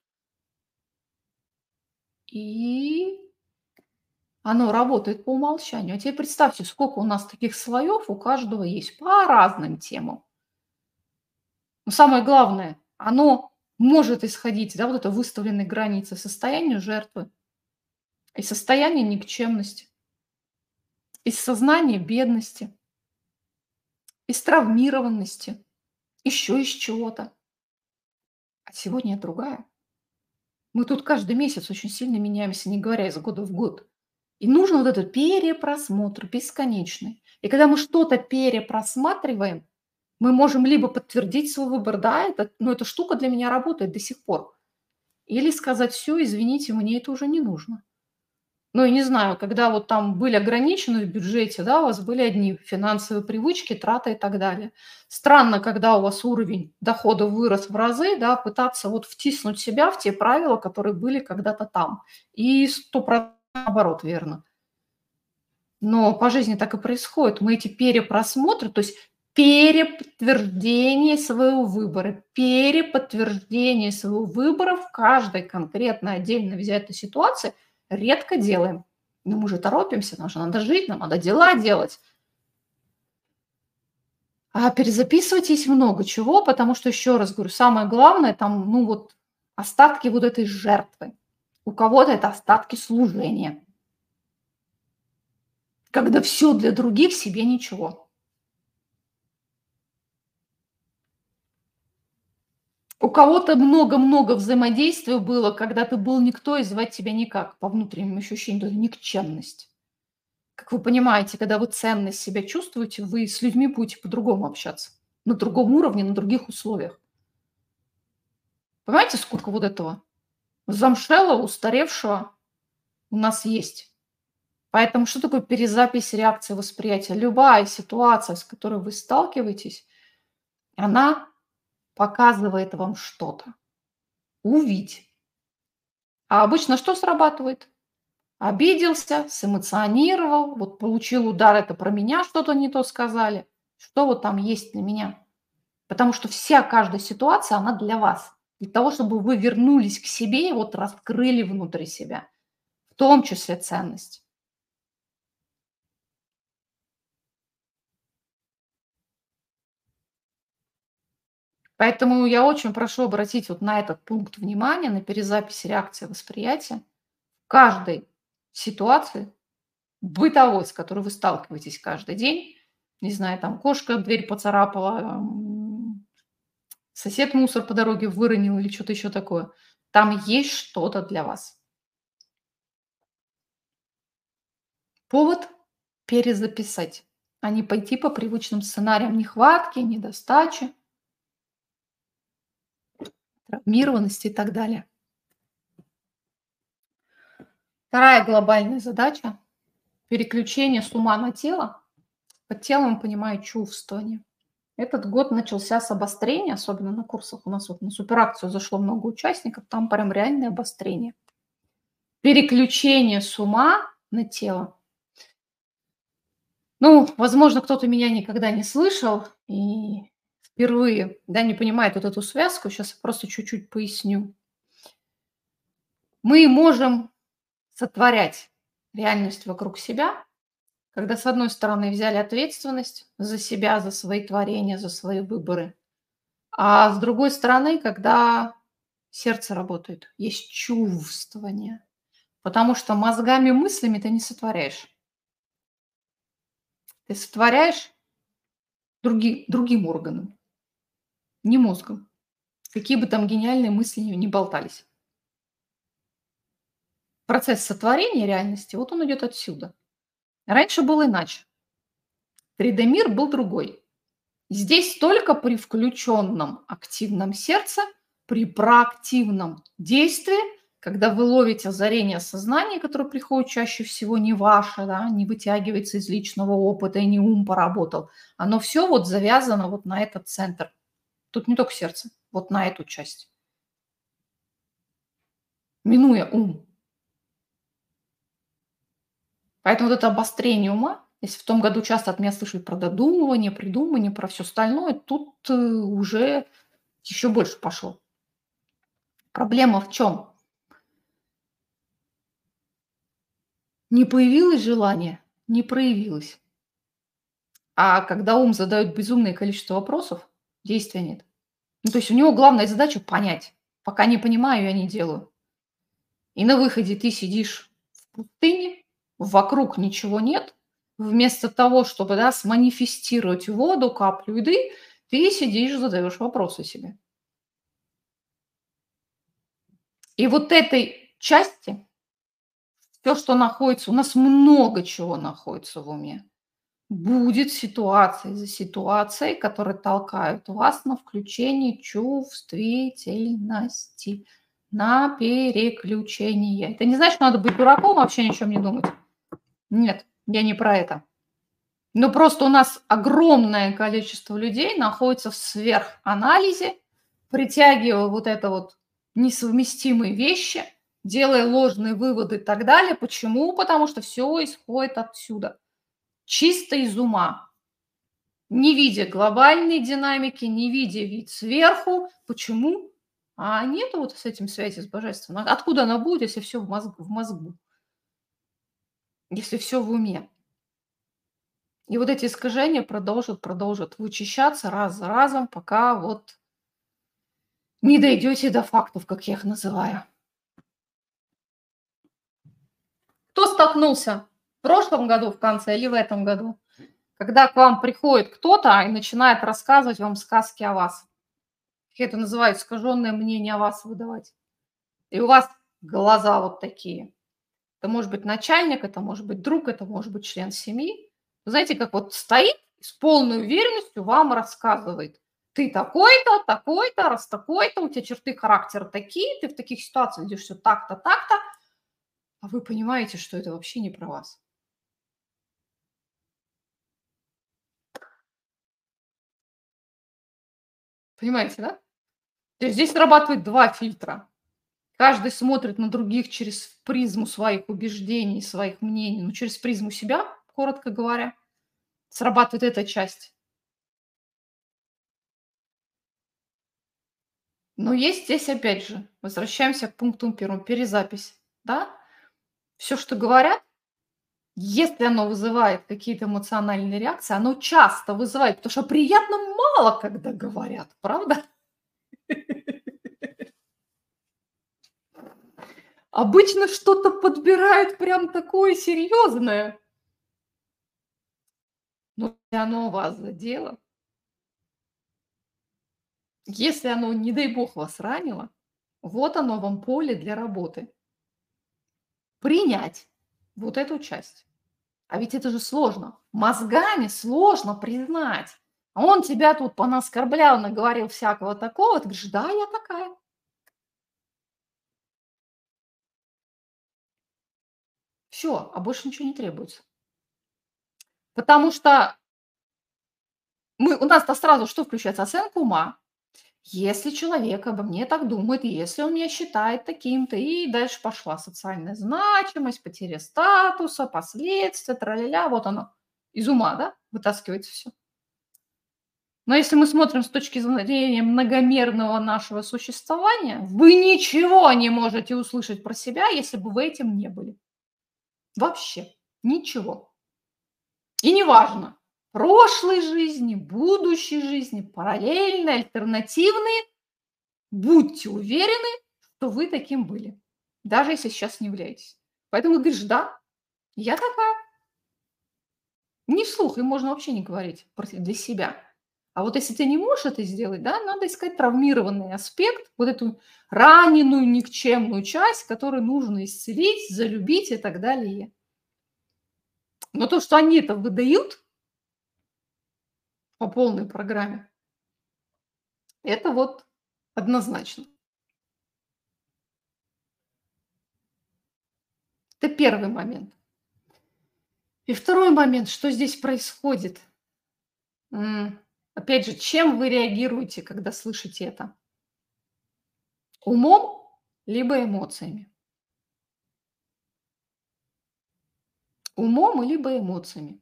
и оно работает по умолчанию. А теперь представьте, сколько у нас таких слоев у каждого есть по разным темам. Но самое главное, оно может исходить, да, вот это выставленные границы, состояние жертвы и состояние никчемности, из сознания бедности, из травмированности, еще из чего-то. А сегодня я другая. Мы тут каждый месяц очень сильно меняемся, не говоря из года в год. И нужно вот этот перепросмотр бесконечный. И когда мы что-то перепросматриваем, мы можем либо подтвердить свой выбор, да, эта штука для меня работает до сих пор, или сказать, все, извините, мне это уже не нужно. Ну, я не знаю, когда вот там были ограничены в бюджете, да, у вас были одни финансовые привычки, траты и так далее. Странно, когда у вас уровень дохода вырос в разы, да, пытаться вот втиснуть себя в те правила, которые были когда-то там. И 100% наоборот, верно. Но по жизни так и происходит. Мы эти перепросмотры, то есть переподтверждение своего выбора, переподтверждение своего выбора в каждой конкретно отдельно взятой ситуации редко делаем. Но мы же торопимся, нам же надо жить, нам надо дела делать. А перезаписывать есть много чего, потому что, еще раз говорю, самое главное там, ну вот, остатки вот этой жертвы. У кого-то это остатки служения. Когда все для других, себе ничего. У кого-то много-много взаимодействия было, когда ты был никто и звать тебя никак, по внутренним ощущениям, то есть никчемность. Как вы понимаете, когда вы ценность себя чувствуете, вы с людьми будете по-другому общаться, на другом уровне, на других условиях. Понимаете, сколько вот этого замшелого, устаревшего у нас есть? Поэтому что такое перезапись реакции восприятия? Любая ситуация, с которой вы сталкиваетесь, она показывает вам что-то. Увидь. А обычно что срабатывает? Обиделся, сэмоционировал, вот получил удар, это про меня что-то не то сказали. Что вот там есть для меня? Потому что каждая ситуация, она для вас. Для того, чтобы вы вернулись к себе и вот раскрыли внутри себя, в том числе ценность. Поэтому я очень прошу обратить вот на этот пункт внимания, на перезапись реакции восприятия. В каждой ситуации, бытовой, с которой вы сталкиваетесь каждый день, не знаю, там кошка дверь поцарапала, сосед мусор по дороге выронил или что-то еще такое. Там есть что-то для вас. Повод перезаписать, а не пойти по привычным сценариям нехватки, недостачи, травмированности и так далее. Вторая глобальная задача – переключение с ума на тело. Под телом понимаю чувствование. Этот год начался с обострения, особенно на курсах. У нас вот на суперакцию зашло много участников, там прям реальное обострение. Переключение с ума на тело. Ну, возможно, кто-то меня никогда не слышал и впервые, да, не понимает вот эту связку. Сейчас я просто чуть-чуть поясню. Мы можем сотворять реальность вокруг себя, когда, с одной стороны, взяли ответственность за себя, за свои творения, за свои выборы, а с другой стороны, когда сердце работает, есть чувствование. Потому что мозгами, мыслями ты не сотворяешь. Ты сотворяешь другим органом, не мозгом. Какие бы там гениальные мысли ни болтались. Процесс сотворения реальности, вот он идет отсюда. Раньше было иначе. 3D-мир был другой. Здесь только при включенном активном сердце, при проактивном действии, когда вы ловите озарение сознания, которое приходит чаще всего не ваше, да, не вытягивается из личного опыта и не ум поработал. Оно все вот завязано вот на этот центр. Тут не только сердце, вот на эту часть. Минуя ум. Поэтому вот это обострение ума, если в том году часто от меня слышали про додумывание, придумывание, про все остальное, тут уже еще больше пошло. Проблема в чем? Не появилось желание, не проявилось. А когда ум задает безумное количество вопросов, действия нет. Ну, то есть у него главная задача понять. Пока не понимаю, я не делаю. И на выходе ты сидишь в пустыне, вокруг ничего нет. Вместо того, чтобы, да, сманифестировать воду, каплю еды, ты сидишь, задаешь вопросы себе. И вот этой части, все, что находится, у нас много чего находится в уме. Будет ситуация за ситуацией, которые толкают вас на включение чувствительности, на переключение. Это не значит, что надо быть дураком, вообще ни о чем не думать. Нет, я не про это. Но просто у нас огромное количество людей находится в сверханализе, притягивая вот это вот несовместимые вещи, делая ложные выводы и так далее. Почему? Потому что все исходит отсюда. Чисто из ума. Не видя глобальной динамики, не видя вид сверху. Почему? А нету вот с этим связи с божественным. Откуда она будет, если все в мозгу? Если все в уме? И вот эти искажения продолжат вычищаться раз за разом, пока вот не дойдете до фактов, как я их называю. Кто столкнулся в прошлом году в конце или в этом году, когда к вам приходит кто-то и начинает рассказывать вам сказки о вас? Как это называют, искаженное мнение о вас выдавать. И у вас глаза вот такие. Это может быть начальник, это может быть друг, это может быть член семьи. Вы знаете, как вот стоит с полной уверенностью вам рассказывает. Ты такой-то, такой-то, раз такой-то, у тебя черты характера такие, ты в таких ситуациях делаешь все так-то, так-то, а вы понимаете, что это вообще не про вас. Понимаете, да? То есть здесь срабатывает два фильтра. Каждый смотрит на других через призму своих убеждений, своих мнений, ну, через призму себя, коротко говоря, срабатывает эта часть. Но есть здесь, опять же, возвращаемся к пункту первому, перезапись, да? Все, что говорят, если оно вызывает какие-то эмоциональные реакции, оно часто вызывает, потому что приятно мало когда говорят, правда? Обычно что-то подбирают прям такое серьезное. Но если оно вас задело, если оно, не дай бог, вас ранило, вот оно вам поле для работы. Принять вот эту часть. А ведь это же сложно. Мозгами сложно признать. А он тебя тут понаскорблял, наговорил всякого такого. Ты говоришь, да, я такая. Все, а больше ничего не требуется. Потому что у нас-то сразу что включается? Оценка ума. Если человек обо мне так думает, если он меня считает таким-то, и дальше пошла социальная значимость, потеря статуса, последствия, тра-ля-ля, вот оно. Из ума, да, вытаскивается все. Но если мы смотрим с точки зрения многомерного нашего существования, вы ничего не можете услышать про себя, если бы вы этим не были. Вообще ничего. И неважно, прошлой жизни, будущей жизни, параллельной, альтернативной, будьте уверены, что вы таким были, даже если сейчас не являетесь. Поэтому говоришь, да, я такая. Не вслух, им можно вообще не говорить для себя. А вот если ты не можешь это сделать, да, надо искать травмированный аспект, вот эту раненую, никчемную часть, которую нужно исцелить, залюбить и так далее. Но то, что они это выдают по полной программе, это вот однозначно. Это первый момент. И второй момент, что здесь происходит? Опять же, чем вы реагируете, когда слышите это? Умом либо эмоциями? Умом либо эмоциями.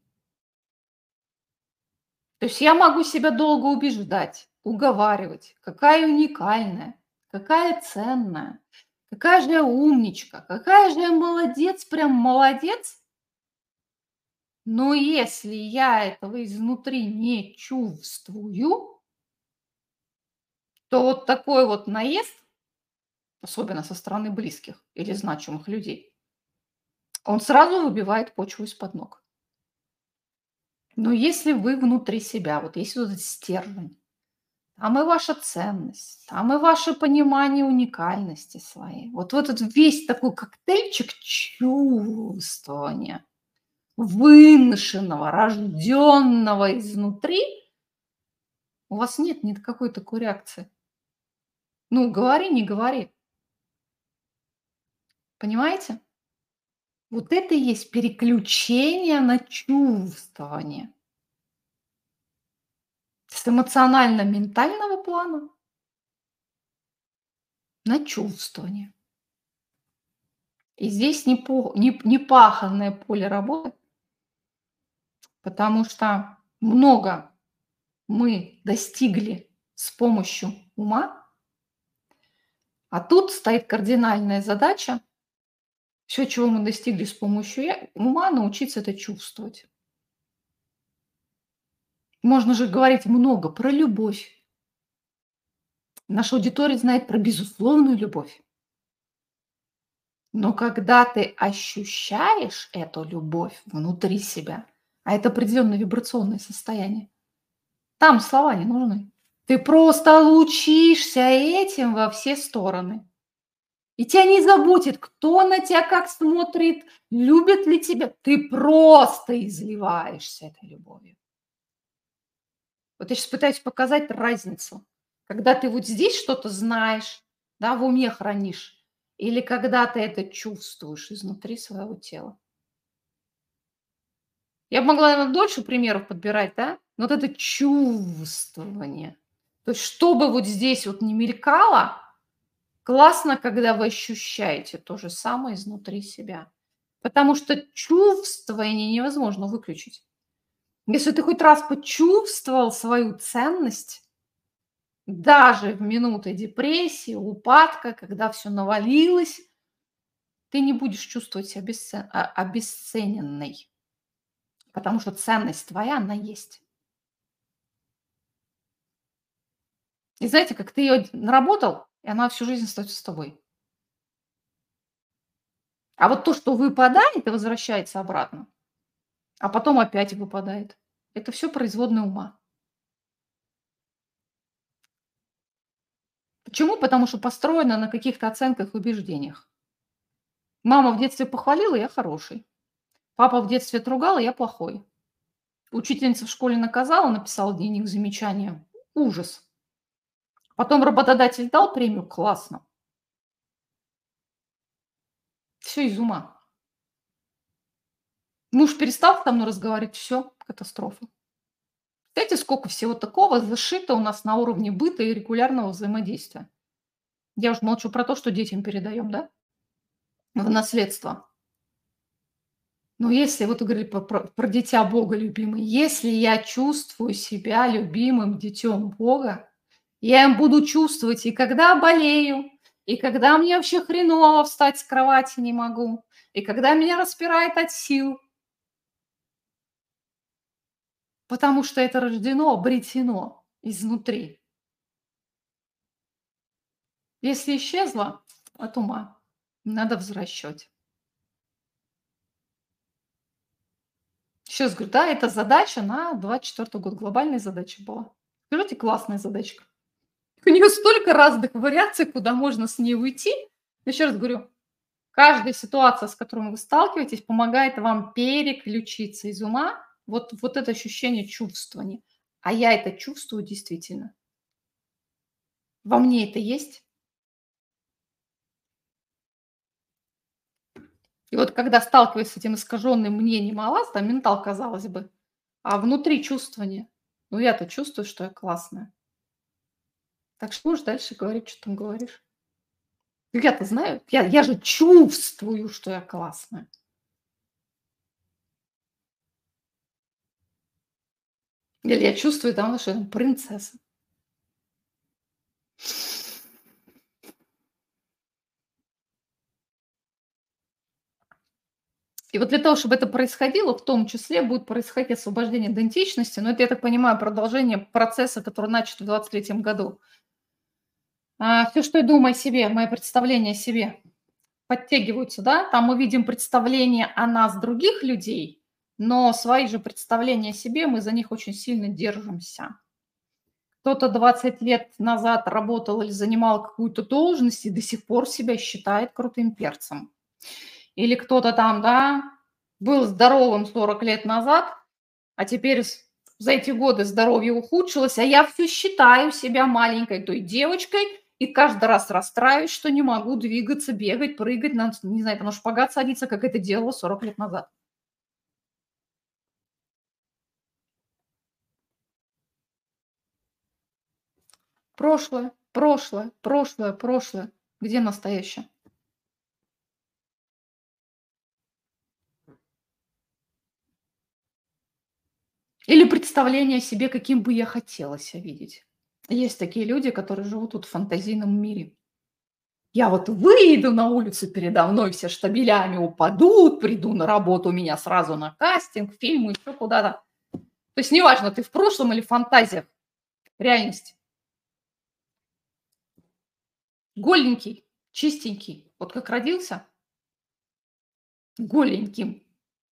То есть я могу себя долго убеждать, уговаривать, какая уникальная, какая ценная, какая же я умничка, какая же я молодец, прям молодец. Но если я этого изнутри не чувствую, то вот такой вот наезд, особенно со стороны близких или значимых людей, он сразу выбивает почву из-под ног. Но если вы внутри себя, вот есть вот этот стержень, там и ваша ценность, там и ваше понимание уникальности своей. Вот этот весь такой коктейльчик чувствования, выношенного, рожденного изнутри, у вас нет никакой такой реакции. Ну, говори, не говори. Понимаете? Вот это и есть переключение на чувствование. С эмоционально-ментального плана на чувствование. И здесь непаханное поле работы, потому что много мы достигли с помощью ума, а тут стоит кардинальная задача все, чего мы достигли с помощью ума, научиться это чувствовать. Можно же говорить много про любовь. Наша аудитория знает про безусловную любовь. Но когда ты ощущаешь эту любовь внутри себя, а это определенное вибрационное состояние, там слова не нужны. Ты просто лучишься этим во все стороны. И тебя не заботит, кто на тебя как смотрит, любит ли тебя. Ты просто изливаешься этой любовью. Вот я сейчас пытаюсь показать разницу. Когда ты вот здесь что-то знаешь, да, в уме хранишь, или когда ты это чувствуешь изнутри своего тела. Я бы могла, наверно, дольше примеров подбирать, да, но вот это чувствование. То есть чтобы вот здесь вот не мелькало, классно, когда вы ощущаете то же самое изнутри себя. Потому что чувствование невозможно выключить. Если ты хоть раз почувствовал свою ценность, даже в минуты депрессии, упадка, когда все навалилось, ты не будешь чувствовать себя обесцененной, потому что ценность твоя, она есть. И знаете, как ты ее наработал, и она всю жизнь остается с тобой. А вот то, что выпадает и возвращается обратно, а потом опять выпадает, это все производная ума. Почему? Потому что построено на каких-то оценках и убеждениях. Мама в детстве похвалила, я хороший. Папа в детстве отругал, я плохой. Учительница в школе наказала, написала в дневник замечания. Ужас. Потом работодатель дал премию, классно. Все из ума. Муж перестал со мной разговаривать, все, катастрофа. Знаете, сколько всего такого зашито у нас на уровне быта и регулярного взаимодействия. Я уж молчу про то, что детям передаем, да, в наследство. Но если, вот вы говорили про дитя Бога любимый, если я чувствую себя любимым детем Бога, я им буду чувствовать и когда болею, и когда мне вообще хреново встать с кровати не могу, и когда меня распирает от сил, потому что это рождено, обретено изнутри. Если исчезло от ума, надо взращивать. Еще раз говорю, да, это задача на 24 год, глобальная задача была. Скажите, классная задачка. У нее столько разных вариаций, куда можно с ней уйти. Еще раз говорю, каждая ситуация, с которой вы сталкиваетесь, помогает вам переключиться из ума. Вот это ощущение чувствования. А я это чувствую действительно. Во мне это есть. И вот когда сталкиваюсь с этим искаженным мнением о вас, там ментал, казалось бы, а внутри чувствование. Ну, я-то чувствую, что я классная. Так что можешь дальше говорить, что там говоришь. Ну, я-то знаю, я же чувствую, что я классная. Или я чувствую, там, что я принцесса. И вот для того, чтобы это происходило, в том числе будет происходить освобождение идентичности, но это, я так понимаю, продолжение процесса, который начат в 23 году. Все, что я думаю о себе, мои представления о себе подтягиваются, да, там мы видим представления о нас других людей, но свои же представления о себе, мы за них очень сильно держимся. Кто-то 20 лет назад работал или занимал какую-то должность и до сих пор себя считает крутым перцем. Или кто-то там, да, был здоровым 40 лет назад, а теперь за эти годы здоровье ухудшилось, а я все считаю себя маленькой той девочкой и каждый раз расстраиваюсь, что не могу двигаться, бегать, прыгать, не знаю, там на шпагат садиться, как это делала 40 лет назад. Прошлое, прошлое, прошлое, прошлое. Где настоящее? Или представление о себе, каким бы я хотела себя видеть. Есть такие люди, которые живут тут в фантазийном мире. Я вот выйду на улицу, передо мной все штабелями упадут, приду на работу, меня сразу на кастинг, фильм, еще куда-то. То есть неважно, ты в прошлом или в фантазиях, реальности. Голенький, чистенький, вот как родился, голеньким,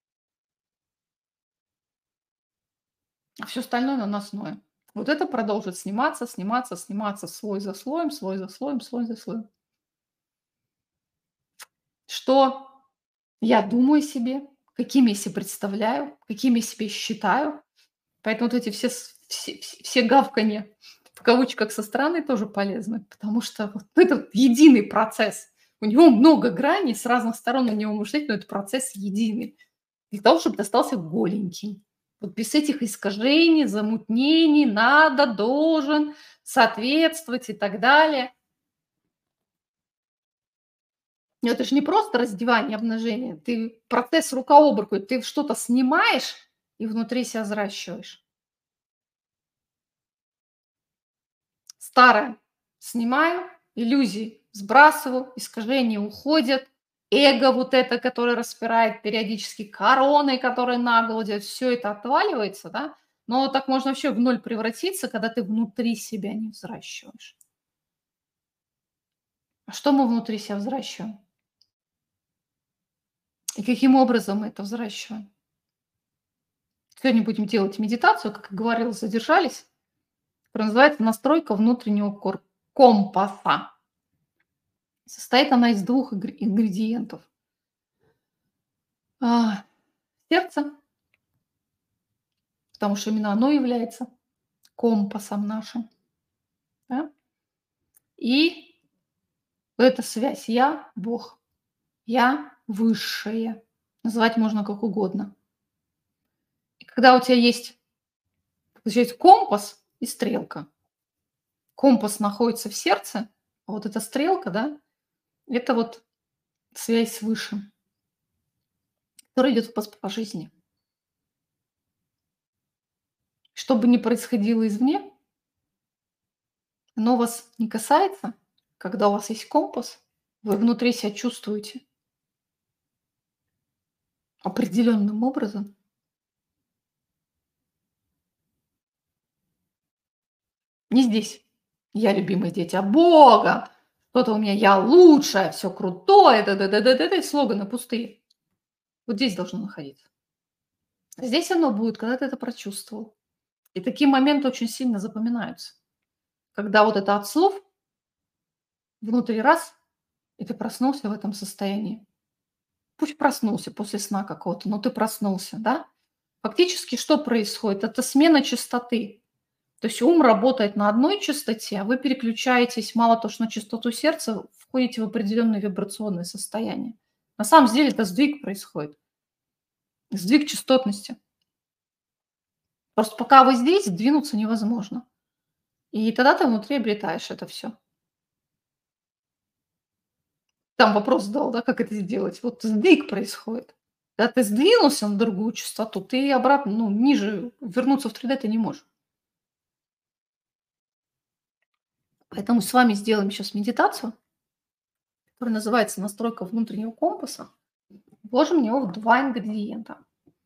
а все остальное наносное. Вот это продолжит сниматься, сниматься, сниматься слой за слоем, слой за слоем, слой за слоем. Что я думаю о себе, каким я себя представляю, каким я себя считаю. Поэтому вот эти все гавканье в кавычках со стороны тоже полезны, потому что вот это единый процесс. У него много граней, с разных сторон на него можно смотреть, но это процесс единый. Для того, чтобы ты остался голеньким. Вот без этих искажений, замутнений, надо, должен, соответствовать и так далее. Но это же не просто раздевание, обнажение. Ты процесс рука об руку, ты что-то снимаешь и внутри себя взращиваешь. Старое снимаю, иллюзии сбрасываю, искажения уходят, эго вот это, которое распирает периодически, короны, которые нагло делают, все это отваливается, да. Но так можно вообще в ноль превратиться, когда ты внутри себя не взращиваешь. А что мы внутри себя взращиваем? И каким образом мы это взращиваем? Сегодня будем делать медитацию, как я говорила, задержались, которая называется «Настройка внутреннего компаса». Состоит она из двух ингредиентов. Сердце, потому что именно оно является компасом нашим. Да? И эта связь «я» – Бог, «я» – Высшее. Называть можно как угодно. когда у тебя есть, получается, компас и стрелка. Компас находится в сердце, а вот эта стрелка, да, это вот связь свыше, которая идет по жизни. Что бы ни происходило извне, оно вас не касается. Когда у вас есть компас, вы внутри себя чувствуете определенным образом. Не здесь. Я любимые дети, а Бога. Кто-то у меня, я лучшая, все крутое, да-да-да-да-да, слоганы пустые. Вот здесь должно находиться. Здесь оно будет, когда ты это прочувствовал. И такие моменты очень сильно запоминаются. Когда вот это от слов внутри раз, и ты проснулся в этом состоянии. Пусть проснулся после сна какого-то, но ты проснулся, да? Фактически что происходит? Это смена частоты. То есть ум работает на одной частоте, а вы переключаетесь мало то, что на частоту сердца, входите в определенное вибрационное состояние. На самом деле это сдвиг происходит. Сдвиг частотности. Просто пока вы здесь, двинуться невозможно. И тогда ты внутри обретаешь это все. Там вопрос задал, да, как это сделать. Вот сдвиг происходит. Когда ты сдвинулся на другую частоту, ты обратно, ну, ниже вернуться в 3D ты не можешь. Поэтому с вами сделаем сейчас медитацию, которая называется «Настройка внутреннего компаса». Вложим в него 2 ингредиента.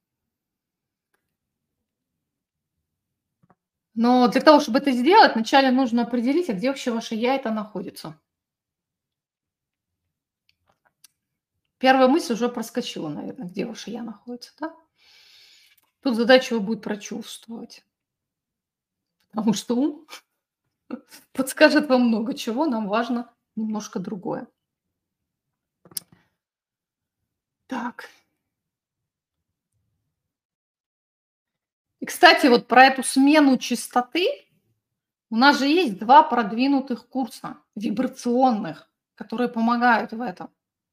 Но для того, чтобы это сделать, вначале нужно определить, а где вообще ваше «я» это находится. Первая мысль уже проскочила, наверное, где ваше «я» находится, да? Тут задача его будет прочувствовать. Потому что ум подскажет вам много чего, нам важно немножко другое. Так. И, кстати, вот про эту смену частоты у нас же есть 2 продвинутых курса вибрационных, которые помогают в этом.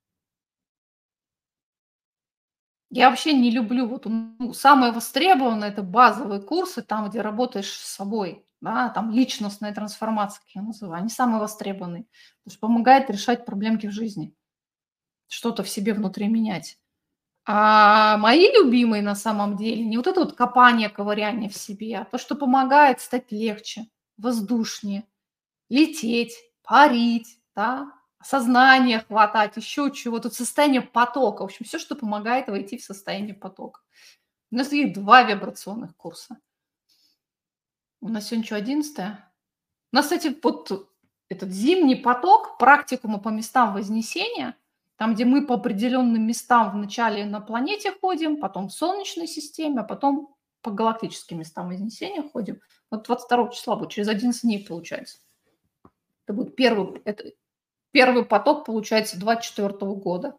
Я вообще не люблю вот, ну, самые востребованные — это базовые курсы, там, где работаешь с собой, да, там личностная трансформация, как я называю, они самые востребованные, потому что помогает решать проблемки в жизни, что-то в себе внутри менять. А мои любимые на самом деле не вот это вот копание, ковыряние в себе, а то, что помогает стать легче, воздушнее, лететь, парить, да, сознание хватать, еще чего-то, состояние потока. В общем, все, что помогает войти в состояние потока. У нас есть 2 вибрационных курса. У нас сегодня что, 11? У нас, кстати, вот этот зимний поток, практикумы по местам Вознесения, там, где мы по определенным местам вначале на планете ходим, потом в Солнечной системе, а потом по галактическим местам Вознесения ходим. Вот 22 числа будет, через 11 дней получается. Это будет первый поток, получается, 24 года.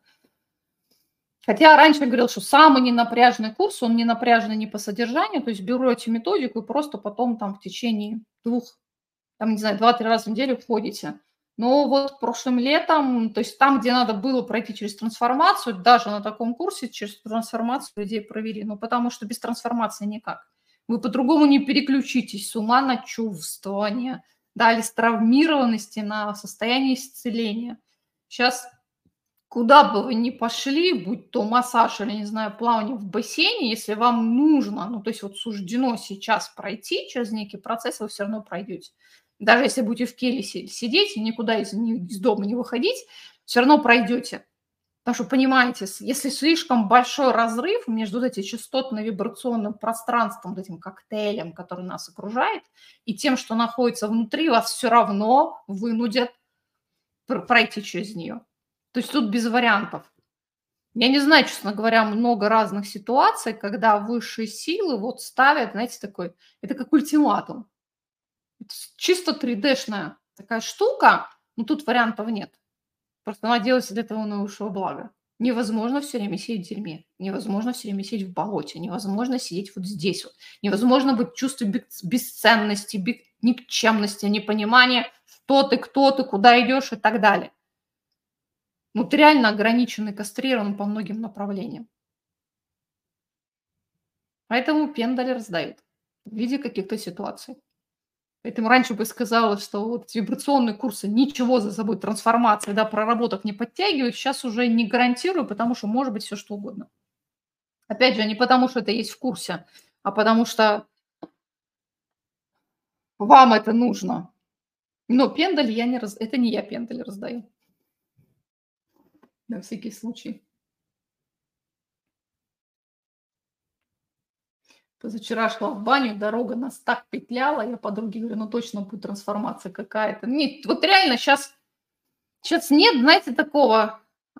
Хотя раньше я говорил, что самый ненапряжный курс, он не напряжный не по содержанию, то есть берете методику и просто потом там в течение 2, там, не знаю, 2-3 раза в неделю ходите. Но вот прошлым летом, то есть там, где надо было пройти через трансформацию, даже на таком курсе через трансформацию людей провели, ну потому что без трансформации никак. Вы по-другому не переключитесь с ума на чувствование, да, или с травмированности на состояние исцеления. Сейчас куда бы вы ни пошли, будь то массаж или, не знаю, плавание в бассейне, если вам нужно, ну, то есть вот суждено сейчас пройти через некий процесс, вы все равно пройдете. Даже если будете в келе сидеть и никуда из дома не выходить, все равно пройдете. Потому что, понимаете, если слишком большой разрыв между вот этим частотно-вибрационным пространством, вот этим коктейлем, который нас окружает, и тем, что находится внутри, вас все равно вынудят пройти через нее. То есть тут без вариантов. Я не знаю, честно говоря, много разных ситуаций, когда высшие силы вот ставят, знаете, такой, это как ультиматум. Это чисто 3D-шная такая штука, но тут вариантов нет. Просто она делается для того наилучшего блага. Невозможно все время сидеть в дерьме, невозможно все время сидеть в болоте, невозможно сидеть вот здесь вот, невозможно быть чувством бесценности, никчемности, непонимания, что ты, кто ты, куда идешь и так далее. Ну, ты реально ограничен и кастрирован по многим направлениям. Поэтому пендали раздают в виде каких-то ситуаций. Поэтому раньше бы сказала, что вот эти вибрационные курсы ничего за собой трансформации, да, проработок не подтягивают. Сейчас уже не гарантирую, потому что может быть все что угодно. Опять же, не потому, что это есть в курсе, а потому что вам это нужно. Но пендаль я не раз это не я пендаль раздаю, на всякий случай. Позавчера шла в баню, дорога нас так петляла, я подруге говорю: "Ну, точно будет трансформация какая-то". Нет, вот реально сейчас нет, знаете, такого,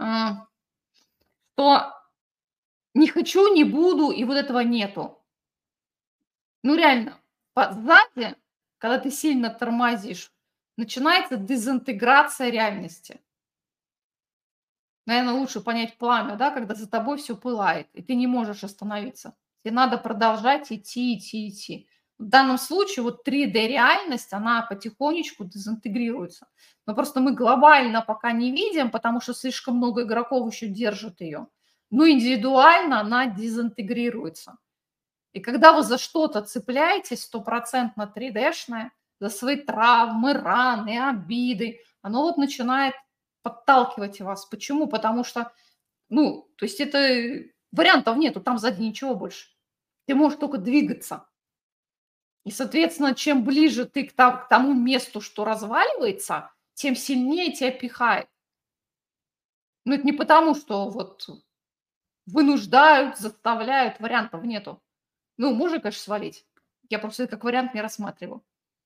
что не хочу, не буду, и вот этого нету. Ну, реально, сзади, когда ты сильно тормозишь, начинается дезинтеграция реальности. Наверно, лучше понять пламя, да, когда за тобой все пылает, и ты не можешь остановиться. Тебе надо продолжать идти, идти, идти. В данном случае вот 3D-реальность, она потихонечку дезинтегрируется. Но просто мы глобально пока не видим, потому что слишком много игроков еще держат ее. Но индивидуально она дезинтегрируется. И когда вы за что-то цепляетесь стопроцентно 3D-шное, за свои травмы, раны, обиды, оно вот начинает подталкивать вас. Почему? Потому что, ну, то есть это вариантов нету, там сзади ничего больше. Ты можешь только двигаться. И, соответственно, чем ближе ты к тому месту, что разваливается, тем сильнее тебя пихает. Ну, это не потому, что вот вынуждают, заставляют, вариантов нету. Ну, можно, конечно, свалить. Я просто это как вариант не рассматриваю.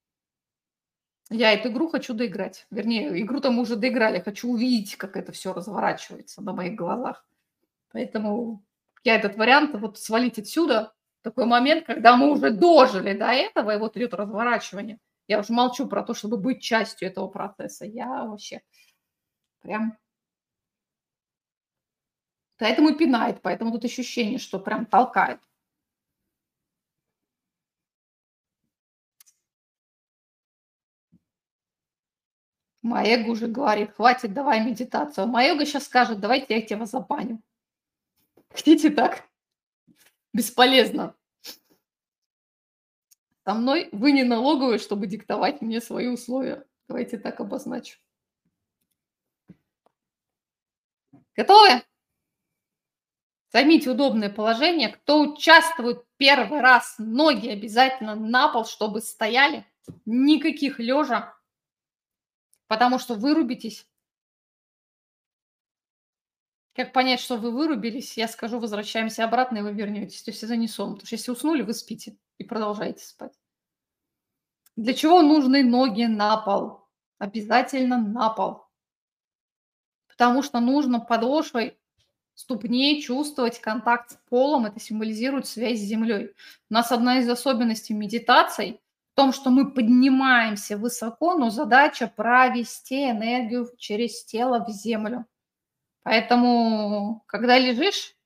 Я эту игру хочу доиграть. Вернее, игру-то мы уже доиграли. Хочу увидеть, как это все разворачивается на моих глазах. Поэтому я этот вариант вот свалить отсюда, такой момент, когда мы уже дожили до этого, и вот идет разворачивание. Я уже молчу про то, чтобы быть частью этого процесса. Я вообще прям поэтому и пинает, поэтому тут ощущение, что прям толкает. Моя эго уже говорит: "Хватит, давай медитацию". А моя эго щас скажет: "Давайте я тебя забаню". Хотите так? Бесполезно. Со мной вы не налоговая, чтобы диктовать мне свои условия. Давайте так обозначу. Готовы? Займите удобное положение. Кто участвует первый раз, ноги обязательно на пол, чтобы стояли. Никаких лежа, потому что вырубитесь. Как понять, что вы вырубились? Я скажу, возвращаемся обратно, и вы вернетесь. То есть это не сон. Потому что если уснули, вы спите и продолжаете спать. Для чего нужны ноги на пол? Обязательно на пол. Потому что нужно подошвой ступней чувствовать контакт с полом. Это символизирует связь с землей. У нас одна из особенностей медитаций в том, что мы поднимаемся высоко, но задача провести энергию через тело в землю. Поэтому, когда лежишь,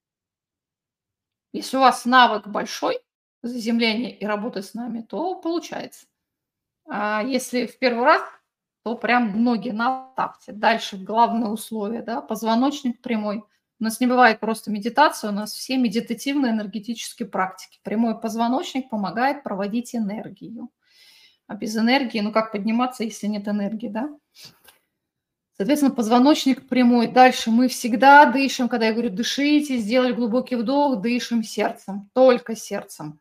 если у вас навык большой заземления и работы с нами, то получается. А если в первый раз, то прям ноги на такте. Дальше главное условие, да, позвоночник прямой. У нас не бывает просто медитация, у нас все медитативные энергетические практики. Прямой позвоночник помогает проводить энергию. А без энергии, ну как подниматься, если нет энергии, да? Соответственно, позвоночник прямой. Дальше мы всегда дышим, когда я говорю дышите, сделали глубокий вдох, дышим сердцем, только сердцем.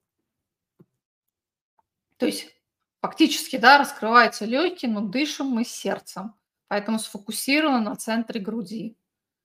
То есть фактически, да, раскрываются легкие, но дышим мы сердцем. Поэтому сфокусировано на центре груди.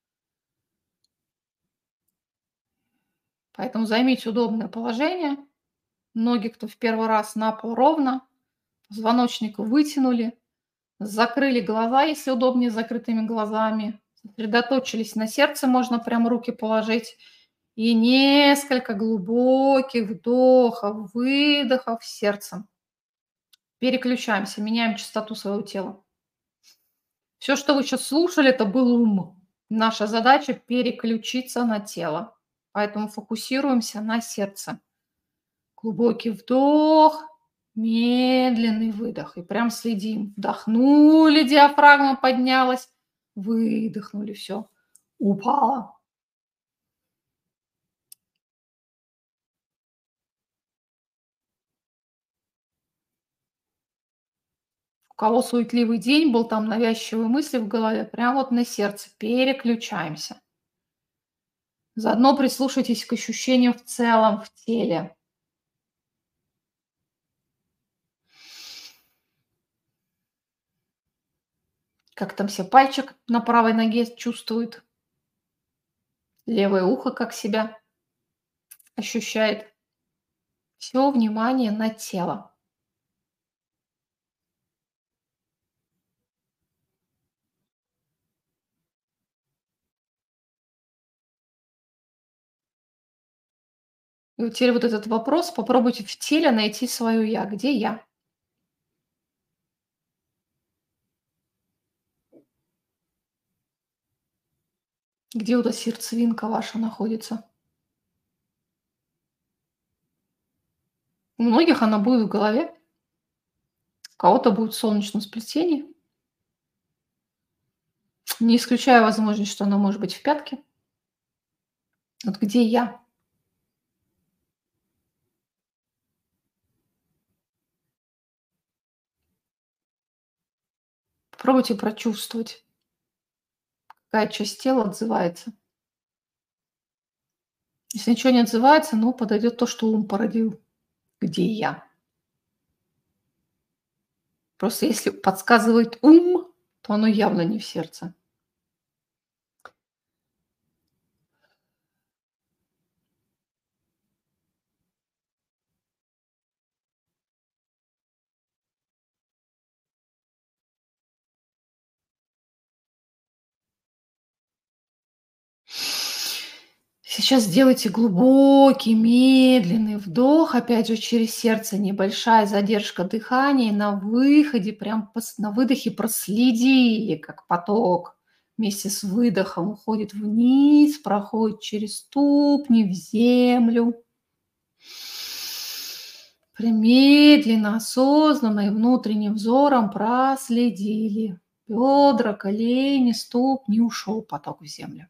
Поэтому займите удобное положение. Ноги, кто в первый раз, на пол ровно. Позвоночник вытянули. Закрыли глаза, если удобнее, с закрытыми глазами. Сосредоточились на сердце, можно прям руки положить. И несколько глубоких вдохов, выдохов сердцем. Переключаемся, меняем частоту своего тела. Все, что вы сейчас слушали, это был ум. Наша задача переключиться на тело. Поэтому фокусируемся на сердце. Глубокий вдох, медленный выдох. И прям следим. Вдохнули, диафрагма поднялась. Выдохнули, все. Упала. кого суетливый день был, там навязчивые мысли в голове, прям вот на сердце переключаемся. Заодно прислушайтесь к ощущениям в целом в теле. Как там все пальчик на правой ноге чувствует, левое ухо как себя ощущает. Все внимание на тело. И вот теперь вот этот вопрос попробуйте в теле найти свое «я». Где я? Где вот эта сердцевинка ваша находится? У многих она будет в голове, у кого-то будет в солнечном сплетении. Не исключаю возможность, что она может быть в пятке. Вот где я? Попробуйте прочувствовать, какая часть тела отзывается. Если ничего не отзывается, ну, подойдет то, что ум породил. Где я? Просто если подсказывает ум, то оно явно не в сердце. Сейчас сделайте глубокий, медленный вдох, опять же через сердце, небольшая задержка дыхания. И на выходе, на выдохе проследили, как поток вместе с выдохом уходит вниз, проходит через ступни в землю. Прям медленно, осознанно и внутренним взором проследили. Бедра, колени, ступни, ушел поток в землю.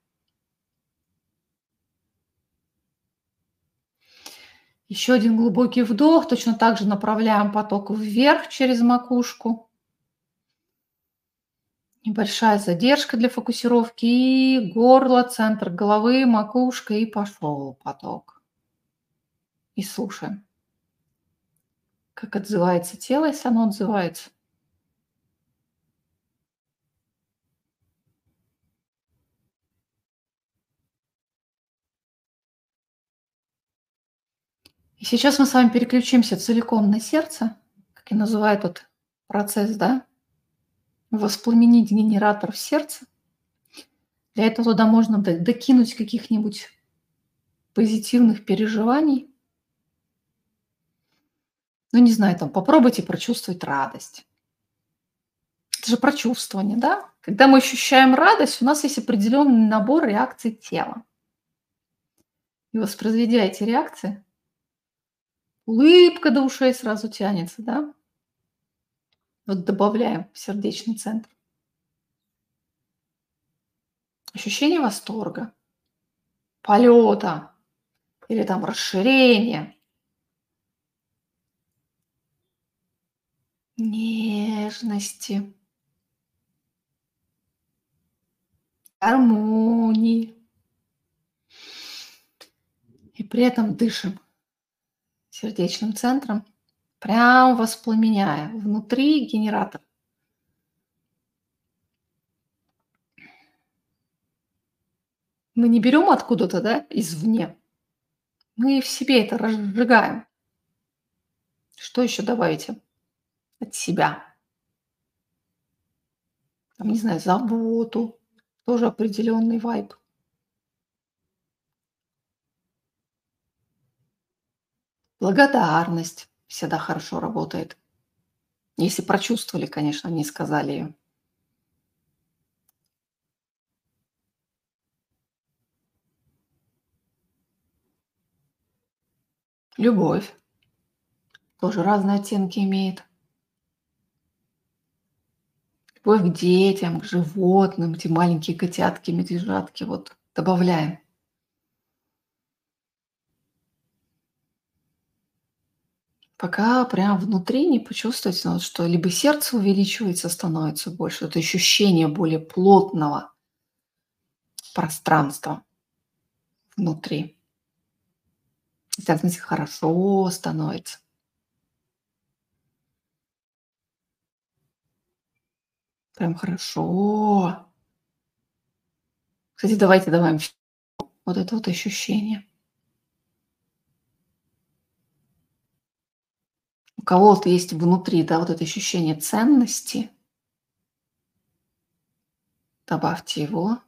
Еще один глубокий вдох. Точно так же направляем поток вверх через макушку. Небольшая задержка для фокусировки. И горло, центр головы, макушка. И пошел поток. И слушаем, как отзывается тело, если оно отзывается. И сейчас мы с вами переключимся целиком на сердце, как и называют этот процесс, да? Воспламенить генератор в сердце. Для этого туда можно докинуть каких-нибудь позитивных переживаний. Ну, не знаю, там попробуйте прочувствовать радость. Это же про чувствование, да? Когда мы ощущаем радость, у нас есть определенный набор реакций тела. И воспроизведя эти реакции, улыбка до ушей сразу тянется, да? Вот добавляем в сердечный центр. Ощущение восторга, полета или там расширения, нежности, гармонии. И при этом дышим сердечным центром, прям воспламеняя внутри генератор. Мы не берем откуда-то, да, извне. Мы в себе это разжигаем. Что еще добавите от себя? Там, не знаю, заботу, тоже определенный вайб. Благодарность всегда хорошо работает. Если прочувствовали, конечно, не сказали ее. Любовь тоже разные оттенки имеет. Любовь к детям, к животным, эти маленькие котятки, медвежатки. Вот добавляем. пока прям внутри не почувствуете, ну, вот, что либо сердце увеличивается, становится больше, это ощущение более плотного пространства внутри. И так, знаете, хорошо становится. Прям хорошо. Кстати, давайте добавим вот это вот ощущение. У кого вот есть внутри, да, вот это ощущение ценности, добавьте его.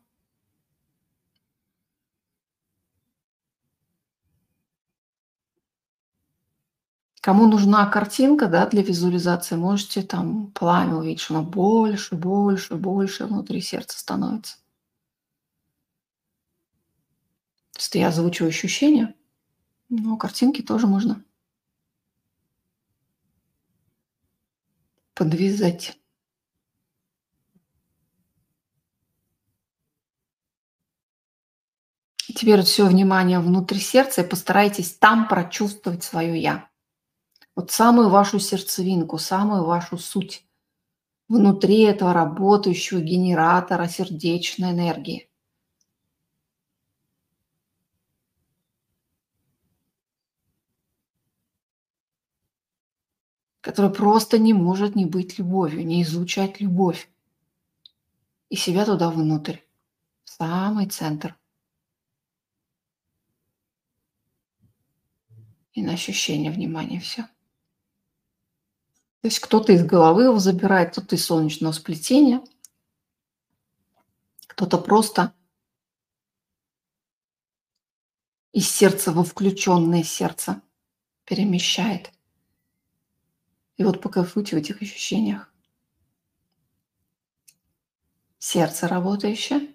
Кому нужна картинка, да, для визуализации, можете там пламя увидеть, что оно больше, больше, больше внутри сердца становится. Просто я озвучиваю ощущения, но картинки тоже можно подвязать. И теперь все внимание внутрь сердца и постарайтесь там прочувствовать свое «я». Вот самую вашу сердцевинку, самую вашу суть внутри этого работающего генератора сердечной энергии, который просто не может не быть любовью, не излучать любовь. И себя туда внутрь, в самый центр. И на ощущение внимания все. То есть кто-то из головы его забирает, кто-то из солнечного сплетения, кто-то просто из сердца во включенное сердце перемещает. И вот покайфуйте в этих ощущениях. Сердце работающее,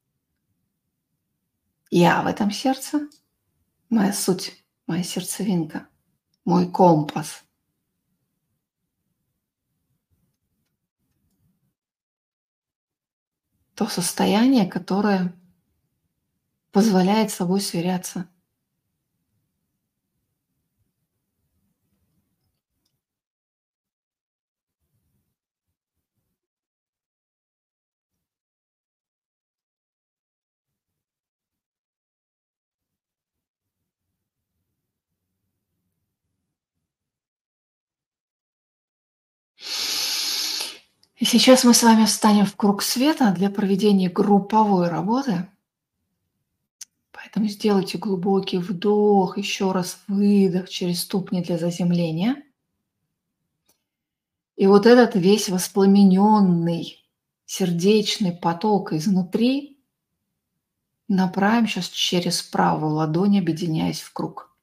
я в этом сердце, моя суть, моя сердцевинка, мой компас. То состояние, которое позволяет с собой сверяться. И сейчас мы с вами встанем в круг света для проведения групповой работы. Поэтому сделайте глубокий вдох, еще раз выдох через ступни для заземления. И вот этот весь воспламененный сердечный поток изнутри направим сейчас через правую ладонь, объединяясь в круг.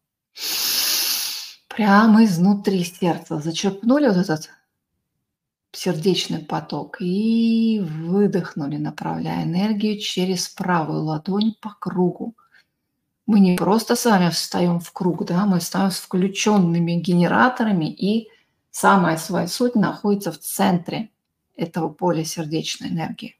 Прямо изнутри сердца зачерпнули вот этот сердечный поток и выдохнули, направляя энергию через правую ладонь по кругу. Мы не просто с вами встаем в круг, да, мы встаем с включенными генераторами, и самая своя суть находится в центре этого поля сердечной энергии.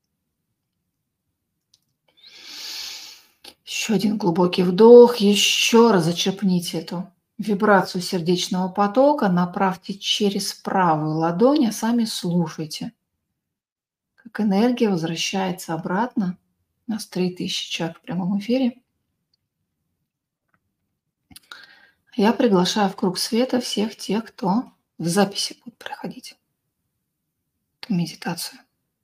Еще один глубокий вдох, еще раз зачерпните эту вибрацию сердечного потока, направьте через правую ладонь, а сами слушайте, как энергия возвращается обратно. У нас 3000 человек в прямом эфире. Я приглашаю в круг света всех тех, кто в записи будет проходить эту медитацию.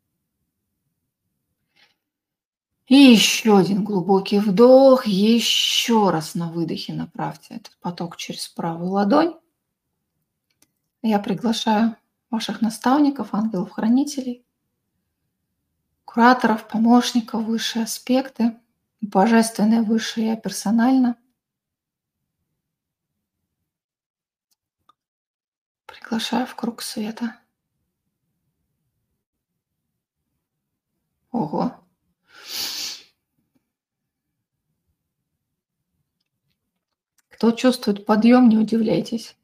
И еще один глубокий вдох. Еще раз на выдохе направьте этот поток через правую ладонь. Я приглашаю ваших наставников, ангелов-хранителей, кураторов, помощников, высшие аспекты, божественное, высшее я персонально. Приглашаю в круг света. Ого. Кто чувствует подъем, не удивляйтесь.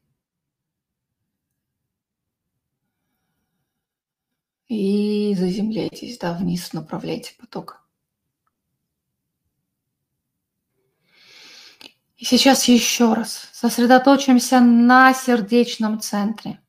И заземляйтесь, да, вниз направляйте поток. И сейчас еще раз сосредоточимся на сердечном центре.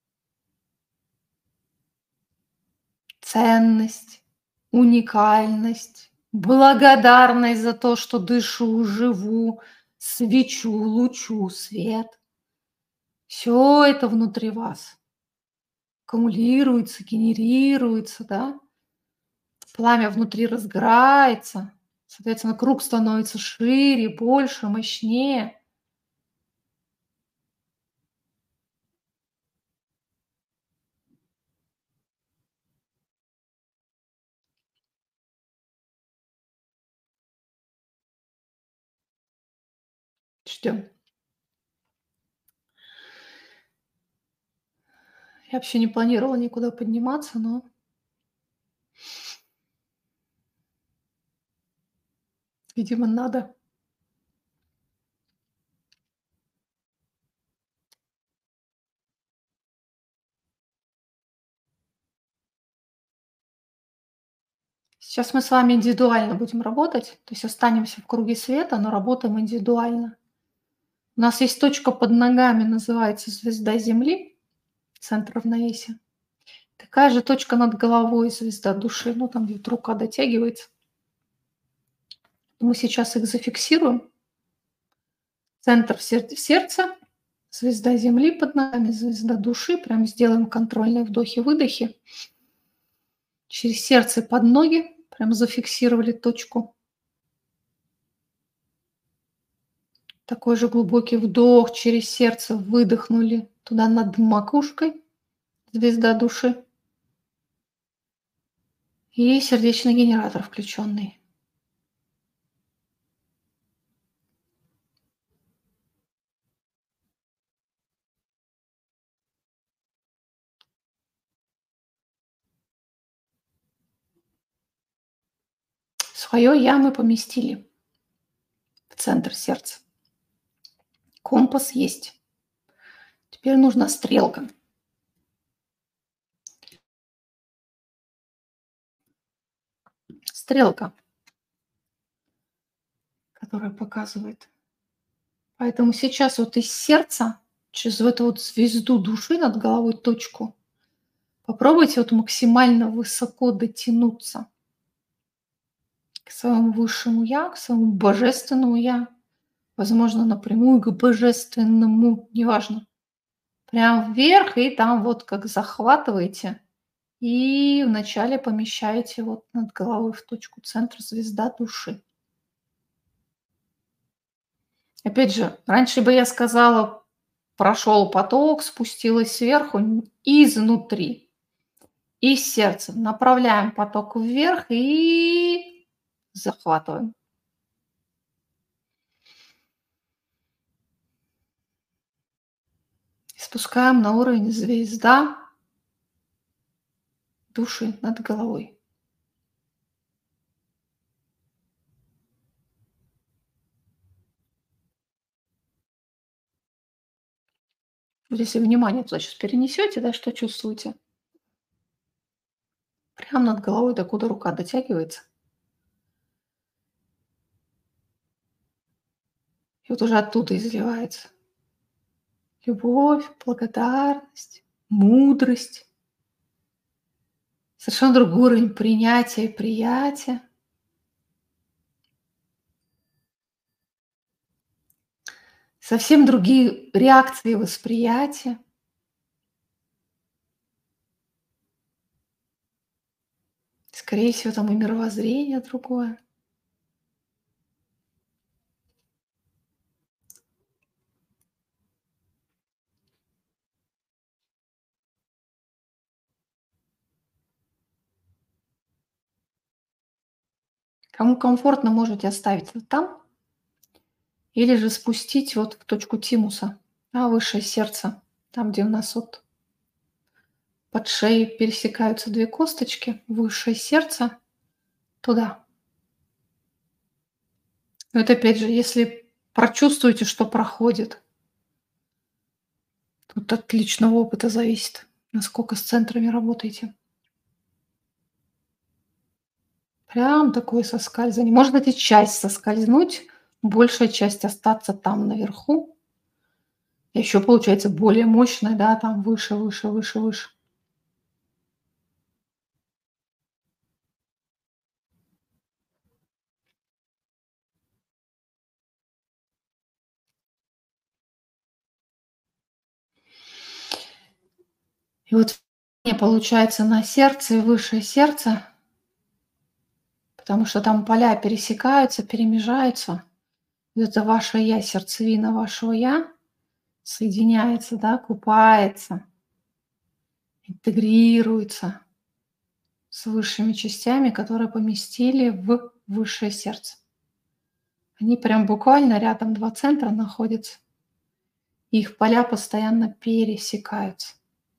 Ценность, уникальность, благодарность за то, что дышу, живу, свечу, лучу свет. Все это внутри вас аккумулируется, генерируется, да? Пламя внутри разгорается, соответственно, круг становится шире, больше, мощнее. Ждем. Я вообще не планировала никуда подниматься, но, видимо, надо. Сейчас мы с вами индивидуально будем работать, то есть останемся в круге света, но работаем индивидуально. У нас есть точка под ногами, называется звезда Земли, центр равновесия. Такая же точка над головой, звезда души, ну там, где вот рука дотягивается. Мы сейчас их зафиксируем. Центр сердца, звезда Земли под ногами, звезда души. Прям сделаем контрольные вдохи-выдохи. Через сердце под ноги прям зафиксировали точку. Такой же глубокий вдох через сердце, выдохнули туда над макушкой, звезда души. И сердечный генератор включенный. Свое я мы поместили в центр сердца. Компас есть. Теперь нужна стрелка. Стрелка, которая показывает. Поэтому сейчас вот из сердца, через эту вот звезду души над головой точку, попробуйте вот максимально высоко дотянуться к своему высшему я, к своему божественному я, возможно, напрямую к божественному, неважно. Прям вверх и там вот как захватываете и вначале помещаете вот над головой в точку центра звезда души. Опять же, раньше бы я сказала, прошел поток, спустилась сверху, изнутри, из сердца. Направляем поток вверх и захватываем. Спускаем на уровень звезда души над головой. Вот если внимание туда сейчас перенесете, да, что чувствуете? Прямо над головой, докуда рука дотягивается. И вот уже оттуда изливается любовь, благодарность, мудрость. Совершенно другой уровень принятия и приятия. Совсем другие реакции восприятия. Скорее всего, там и мировоззрение другое. Кому комфортно, можете оставить это там или же спустить вот в точку тимуса, высшее сердце, там, где у нас вот под шеей пересекаются две косточки, высшее сердце, туда. Но это опять же, если прочувствуете, что проходит, тут от личного опыта зависит, насколько с центрами работаете. Прям такое соскальзывание. Может быть, и часть соскользнуть, большая часть остаться там наверху. Еще получается более мощная, да, там выше, выше, выше, выше. И вот мне получается на сердце и высшее сердце, потому что там поля пересекаются, перемежаются. И это ваше я, сердцевина вашего я соединяется, да, купается, интегрируется с высшими частями, которые поместили в высшее сердце. Они прям буквально рядом, два центра находятся. И их поля постоянно пересекаются.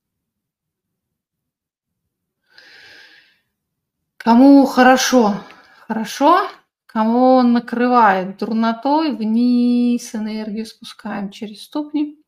Кому хорошо, хорошо. Кого он накрывает дурнотой, вниз энергию спускаем через ступни.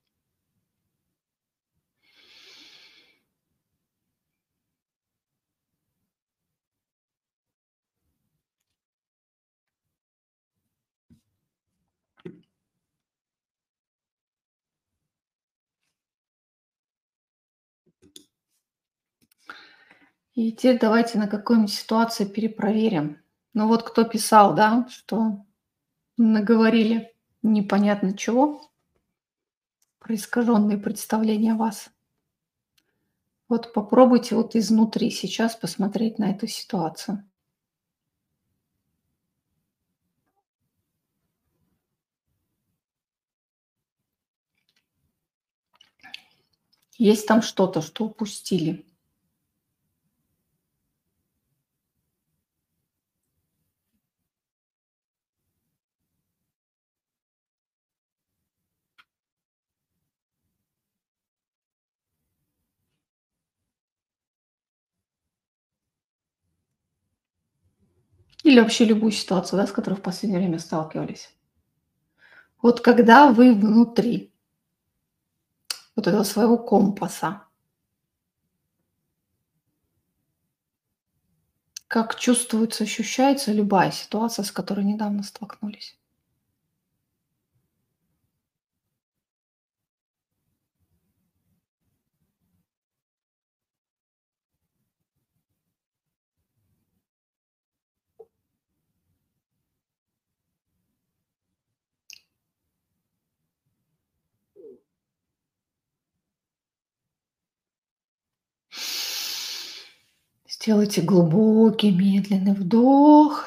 И теперь давайте на какой-нибудь ситуации перепроверим. Ну вот кто писал, да, что наговорили непонятно чего, про искаженные представления о вас. Вот попробуйте вот изнутри сейчас посмотреть на эту ситуацию. Есть там что-то, что упустили? Или вообще любую ситуацию, да, с которой в последнее время сталкивались? Вот когда вы внутри вот этого своего компаса, как чувствуется, ощущается любая ситуация, с которой недавно столкнулись? Сделайте глубокий, медленный вдох.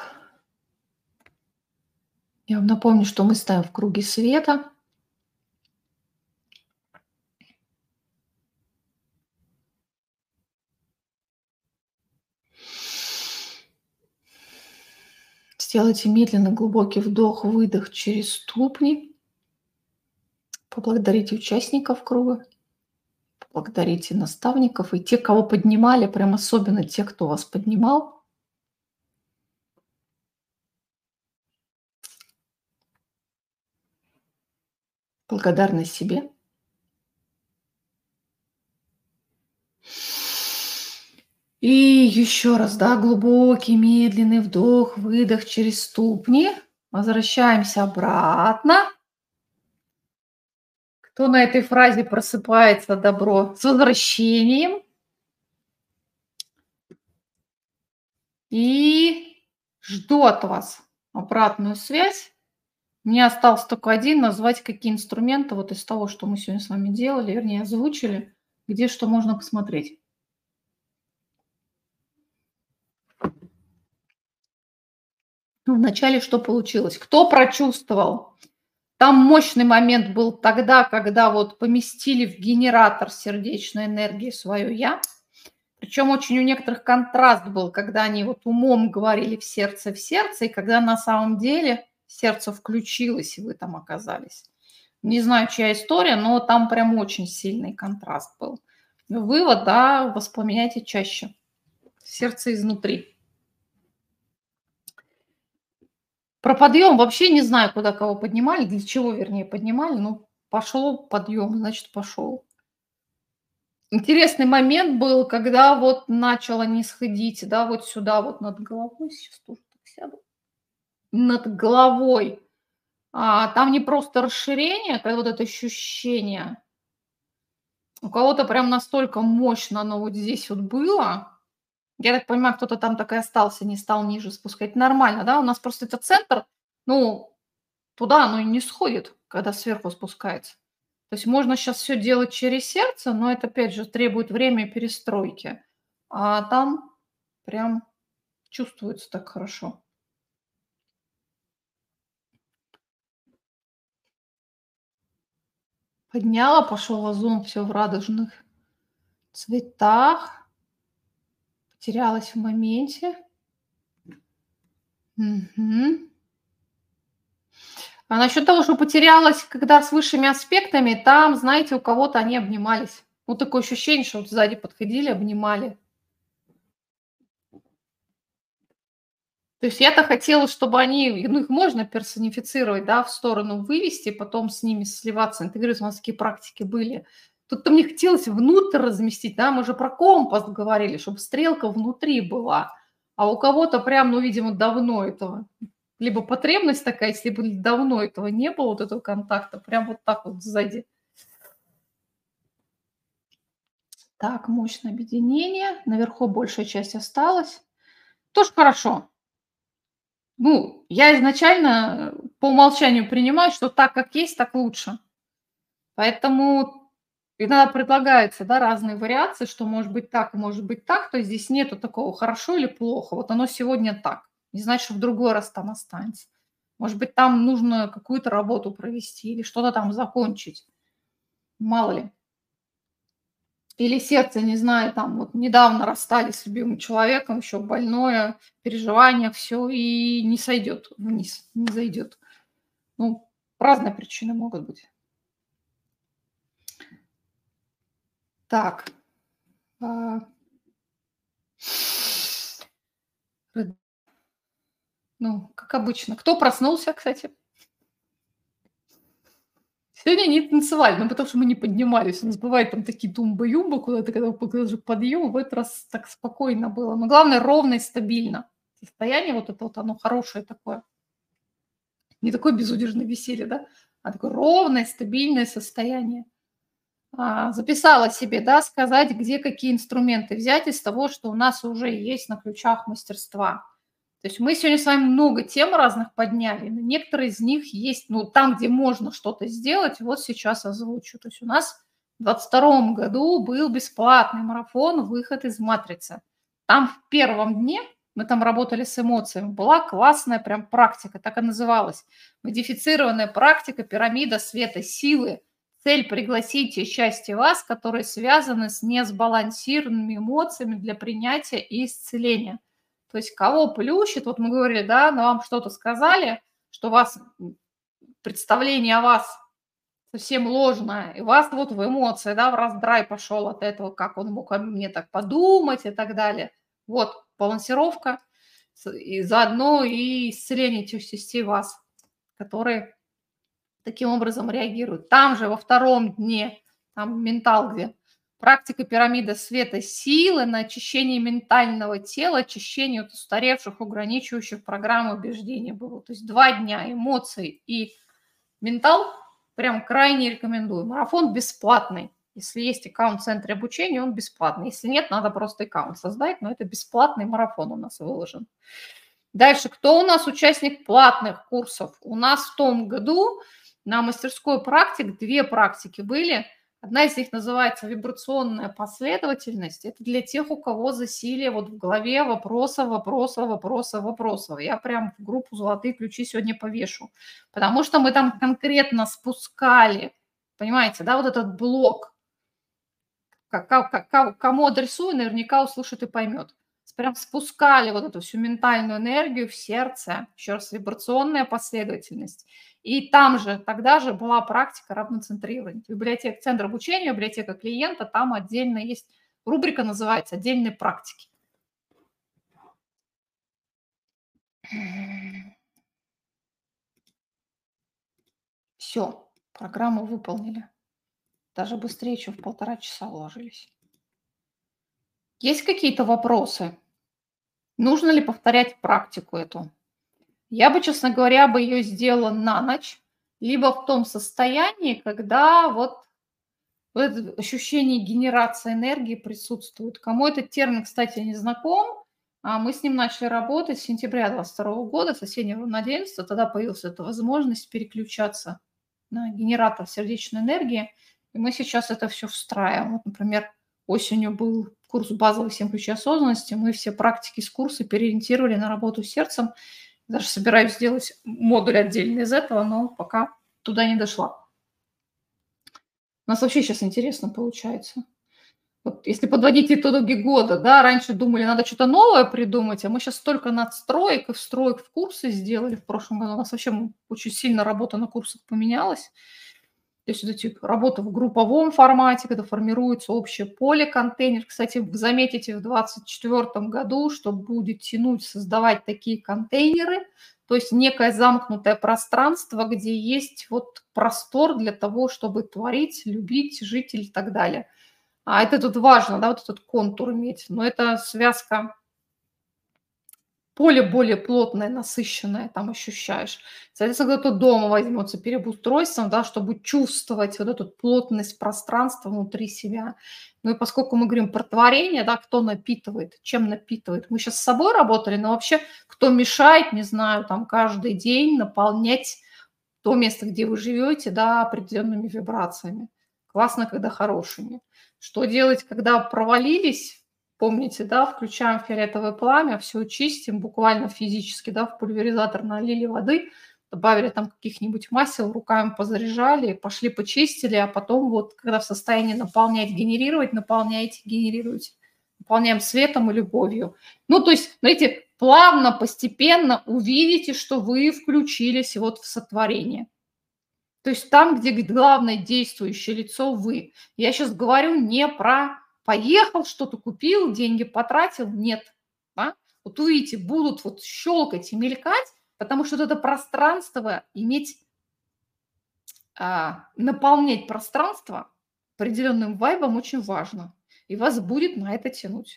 Я вам напомню, что мы ставим в круге света. Сделайте медленный глубокий вдох-выдох через ступни. Поблагодарите участников круга, поблагодарите наставников и те, кого поднимали, прям особенно те, кто вас поднимал. Благодарность себе. И еще раз, да, глубокий, медленный вдох, выдох через ступни. Возвращаемся обратно. Кто на этой фразе просыпается, добро с возвращением. И жду от вас обратную связь. Мне остался только один, назвать, какие инструменты вот из того, что мы сегодня с вами делали, вернее, озвучили, где что можно посмотреть. Ну, вначале что получилось? Кто прочувствовал? Там мощный момент был тогда, когда вот поместили в генератор сердечной энергии свое «я». Причем очень у некоторых контраст был, когда они вот умом говорили в сердце, и когда на самом деле сердце включилось, и вы там оказались. Не знаю, чья история, но там прям очень сильный контраст был. Вывод, да, воспламеняйте чаще. Сердце изнутри. Про подъем вообще не знаю, куда кого поднимали, для чего, вернее, поднимали. Ну, пошел подъем, значит, пошел. Интересный момент был, когда вот начало не сходить, да, вот сюда вот над головой. Сейчас тоже так сяду. Над головой. Там не просто расширение, как вот это ощущение. У кого-то прям настолько мощно оно вот здесь вот было. Я так понимаю, кто-то там так и остался, не стал ниже спускать. Нормально, да? У нас просто это центр, ну, туда оно и не сходит, когда сверху спускается. То есть можно сейчас все делать через сердце, но это, опять же, требует времени перестройки. А там прям чувствуется так хорошо. Подняла, пошел озон, все в радужных цветах, потерялась в моменте. Мгм. А насчет того, что потерялась, когда с высшими аспектами, там, знаете, у кого-то они обнимались. Вот такое ощущение, что вот сзади подходили, обнимали. То есть я-то хотела, чтобы они, ну, их можно персонифицировать, да, в сторону вывести, потом с ними сливаться, интегрироваться. У нас такие практики были. Тут-то мне хотелось внутрь разместить, да, мы же про компас говорили, чтобы стрелка внутри была. А у кого-то прям, ну, видимо, давно этого, либо потребность такая есть, либо давно этого не было, вот этого контакта, прям вот так вот сзади. Так, мощное объединение. Наверху большая часть осталась. Тоже хорошо. Ну, я изначально по умолчанию принимаю, что так, как есть, так лучше. Поэтому иногда предлагаются, да, разные вариации, что может быть так, может быть так. То есть здесь нету такого хорошо или плохо. Вот оно сегодня так. Не значит, что в другой раз там останется. Может быть, там нужно какую-то работу провести или что-то там закончить. Мало ли. Или сердце, не знаю, там вот недавно расстались с любимым человеком, еще больное, переживание, все, и не сойдет вниз, не зайдет. Ну, разные причины могут быть. Так. а, ры- Ну, как обычно. Кто проснулся, кстати? Сегодня не танцевали, ну, потому что мы не поднимались. У нас бывает там такие тумба-юмба куда-то, когда же подъем, в этот раз так спокойно было. Но главное, ровно и стабильно. Состояние вот это вот, оно хорошее такое. Не такое безудержное веселье, да, а такое ровное, стабильное состояние. Записала себе, да, сказать, где какие инструменты взять из того, что у нас уже есть на ключах мастерства. То есть мы сегодня с вами много тем разных подняли, но некоторые из них есть, ну, там, где можно что-то сделать, вот сейчас озвучу. То есть у нас в 2022 году был бесплатный марафон «Выход из матрицы». Там в первом дне мы там работали с эмоциями, была классная прям практика, так и называлась. Модифицированная практика пирамида света силы. Цель – пригласить те части вас, которые связаны с несбалансированными эмоциями для принятия и исцеления. То есть кого плющит, вот мы говорили, да, но вам что-то сказали, что у вас представление о вас совсем ложное, и вас вот в эмоции, да, в раздрай пошел от этого, как он мог обо мне так подумать и так далее. Вот балансировка и заодно и исцеление тех частей вас, которые таким образом реагируют. Там же во втором дне, там ментал где, практика пирамиды света силы на очищение ментального тела, очищение от устаревших, ограничивающих программ убеждений было. То есть 2 дня эмоций и ментал прям крайне рекомендую. Марафон бесплатный. Если есть аккаунт в центре обучения, он бесплатный. Если нет, надо просто аккаунт создать, но это бесплатный марафон у нас выложен. Дальше, кто у нас участник платных курсов? У нас в том году на мастерской практик 2 практики были. Одна из них называется вибрационная последовательность. Это для тех, у кого засилие вот в голове вопросов, вопросов, вопросов, вопросов. Я прям в группу «Золотые ключи» сегодня повешу. Потому что мы там конкретно спускали, понимаете, да, вот этот блок. Кому адресую, наверняка услышит и поймет. Прям спускали вот эту всю ментальную энергию в сердце, еще раз, вибрационная последовательность. И там же, тогда же была практика равноцентрирования. Библиотека, центр обучения, библиотека клиента, там отдельно есть рубрика, называется «Отдельные практики». Все, программу выполнили. Даже быстрее, чем в 1,5 часа уложились. Есть какие-то вопросы? Нужно ли повторять практику эту? Я бы, честно говоря, бы ее сделала на ночь, либо в том состоянии, когда вот это ощущение генерации энергии присутствует. Кому этот термин, кстати, не знаком, мы с ним начали работать с сентября 2022 года, с осеннего равноденствия. Тогда появилась эта возможность переключаться на генератор сердечной энергии. И мы сейчас это все встраиваем. Вот, например, осенью был курс базовых 7 ключей осознанности. Мы все практики с курса переориентировали на работу с сердцем. Даже собираюсь сделать модуль отдельный из этого, но пока туда не дошла. У нас вообще сейчас интересно получается. Вот если подводить итоги года, да, раньше думали, надо что-то новое придумать, а мы сейчас столько надстроек и встроек в курсы сделали в прошлом году. У нас вообще очень сильно работа на курсах поменялась. То есть вот эти работа в групповом формате, когда формируется общее поле, контейнер. Кстати, вы заметите в 2024 году, что будет тянуть создавать такие контейнеры, то есть некое замкнутое пространство, где есть вот простор для того, чтобы творить, любить, жить и так далее. А это тут важно, да, вот этот контур иметь. Но это связка поле более плотное, насыщенное там ощущаешь. Соответственно, кто-то дома возьмется переустройством, да, чтобы чувствовать вот эту плотность пространства внутри себя. Ну и поскольку мы говорим про творение, да, кто напитывает, чем напитывает. Мы сейчас с собой работали, но вообще кто мешает, не знаю, там каждый день наполнять то место, где вы живете, да, определенными вибрациями. Классно, когда хорошими. Что делать, когда провалились? Помните, да, включаем фиолетовое пламя, все чистим, буквально физически, да, в пульверизатор налили воды, добавили там каких-нибудь масел, руками позаряжали, пошли почистили, а потом вот, когда в состоянии наполнять, генерировать, наполняйте, генерируйте. Наполняем светом и любовью. Ну, то есть, смотрите, плавно, постепенно увидите, что вы включились вот в сотворение. То есть там, где главное действующее лицо вы. Я сейчас говорю не про поехал, что-то купил, деньги потратил. Нет. Да? Вот увидите, будут вот щелкать и мелькать, потому что вот это пространство, наполнять пространство определенным вайбом очень важно. И вас будет на это тянуть.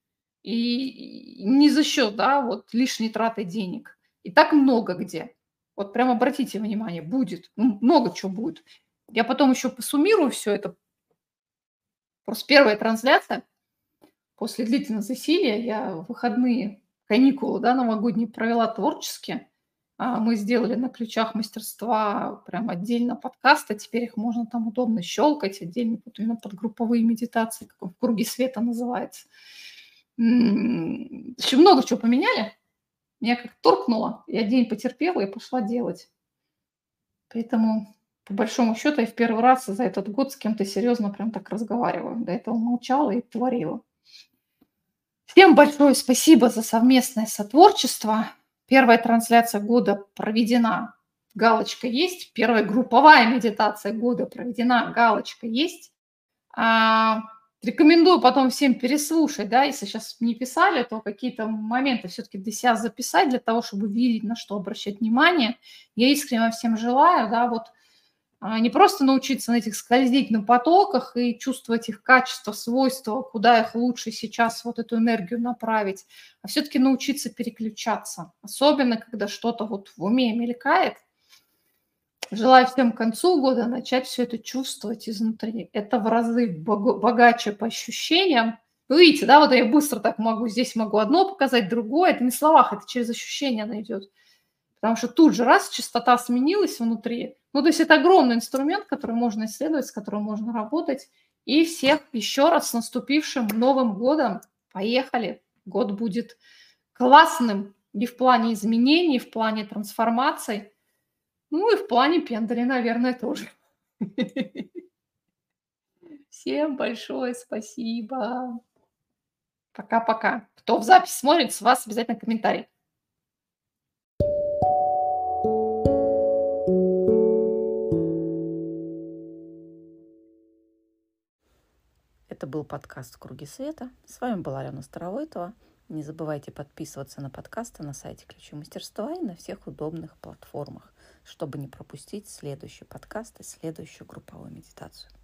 И не за счет, да, вот лишней траты денег. И так много где. Вот прям обратите внимание, будет. Много чего будет. Я потом еще посуммирую все это. Просто первая трансляция после длительного засилия. Я в выходные каникулы, да, новогодние провела творчески. Мы сделали на ключах мастерства прям отдельно подкасты. Теперь их можно там удобно щелкать отдельно, вот именно под групповые медитации, как в круге света называется. Еще много чего поменяли. Меня как торкнуло, я день потерпела и пошла делать. Поэтому, по большому счету, я в первый раз за этот год с кем-то серьезно прям так разговариваю. До этого молчала и творила. Всем большое спасибо за совместное сотворчество. Первая трансляция года проведена. Галочка есть. Первая групповая медитация года проведена. Галочка есть. Рекомендую потом всем переслушать, да, если сейчас не писали, то какие-то моменты все-таки для себя записать, для того, чтобы видеть, на что обращать внимание. Я искренне вам всем желаю, да, вот не просто научиться на этих скользить на потоках и чувствовать их качество, свойства, куда их лучше сейчас вот эту энергию направить, а все-таки научиться переключаться, особенно когда что-то вот в уме мелькает. Желаю всем к концу года начать все это чувствовать изнутри. Это в разы богаче по ощущениям. Вы видите, да, вот я быстро так могу, здесь могу одно показать, другое. Это не в словах, это через ощущения она идет. Потому что тут же раз частота сменилась внутри. Ну, то есть это огромный инструмент, который можно исследовать, с которым можно работать. И всех еще раз с наступившим Новым годом. Поехали. Год будет классным и в плане изменений, и в плане трансформаций. Ну и в плане пендаля, наверное, тоже. Всем большое спасибо. Пока-пока. Кто в запись смотрит, с вас обязательно комментарий. Это был подкаст «В круге света». С вами была Алена Старовойтова. Не забывайте подписываться на подкасты на сайте Ключи мастерства и на всех удобных платформах, чтобы не пропустить следующий подкаст и следующую групповую медитацию.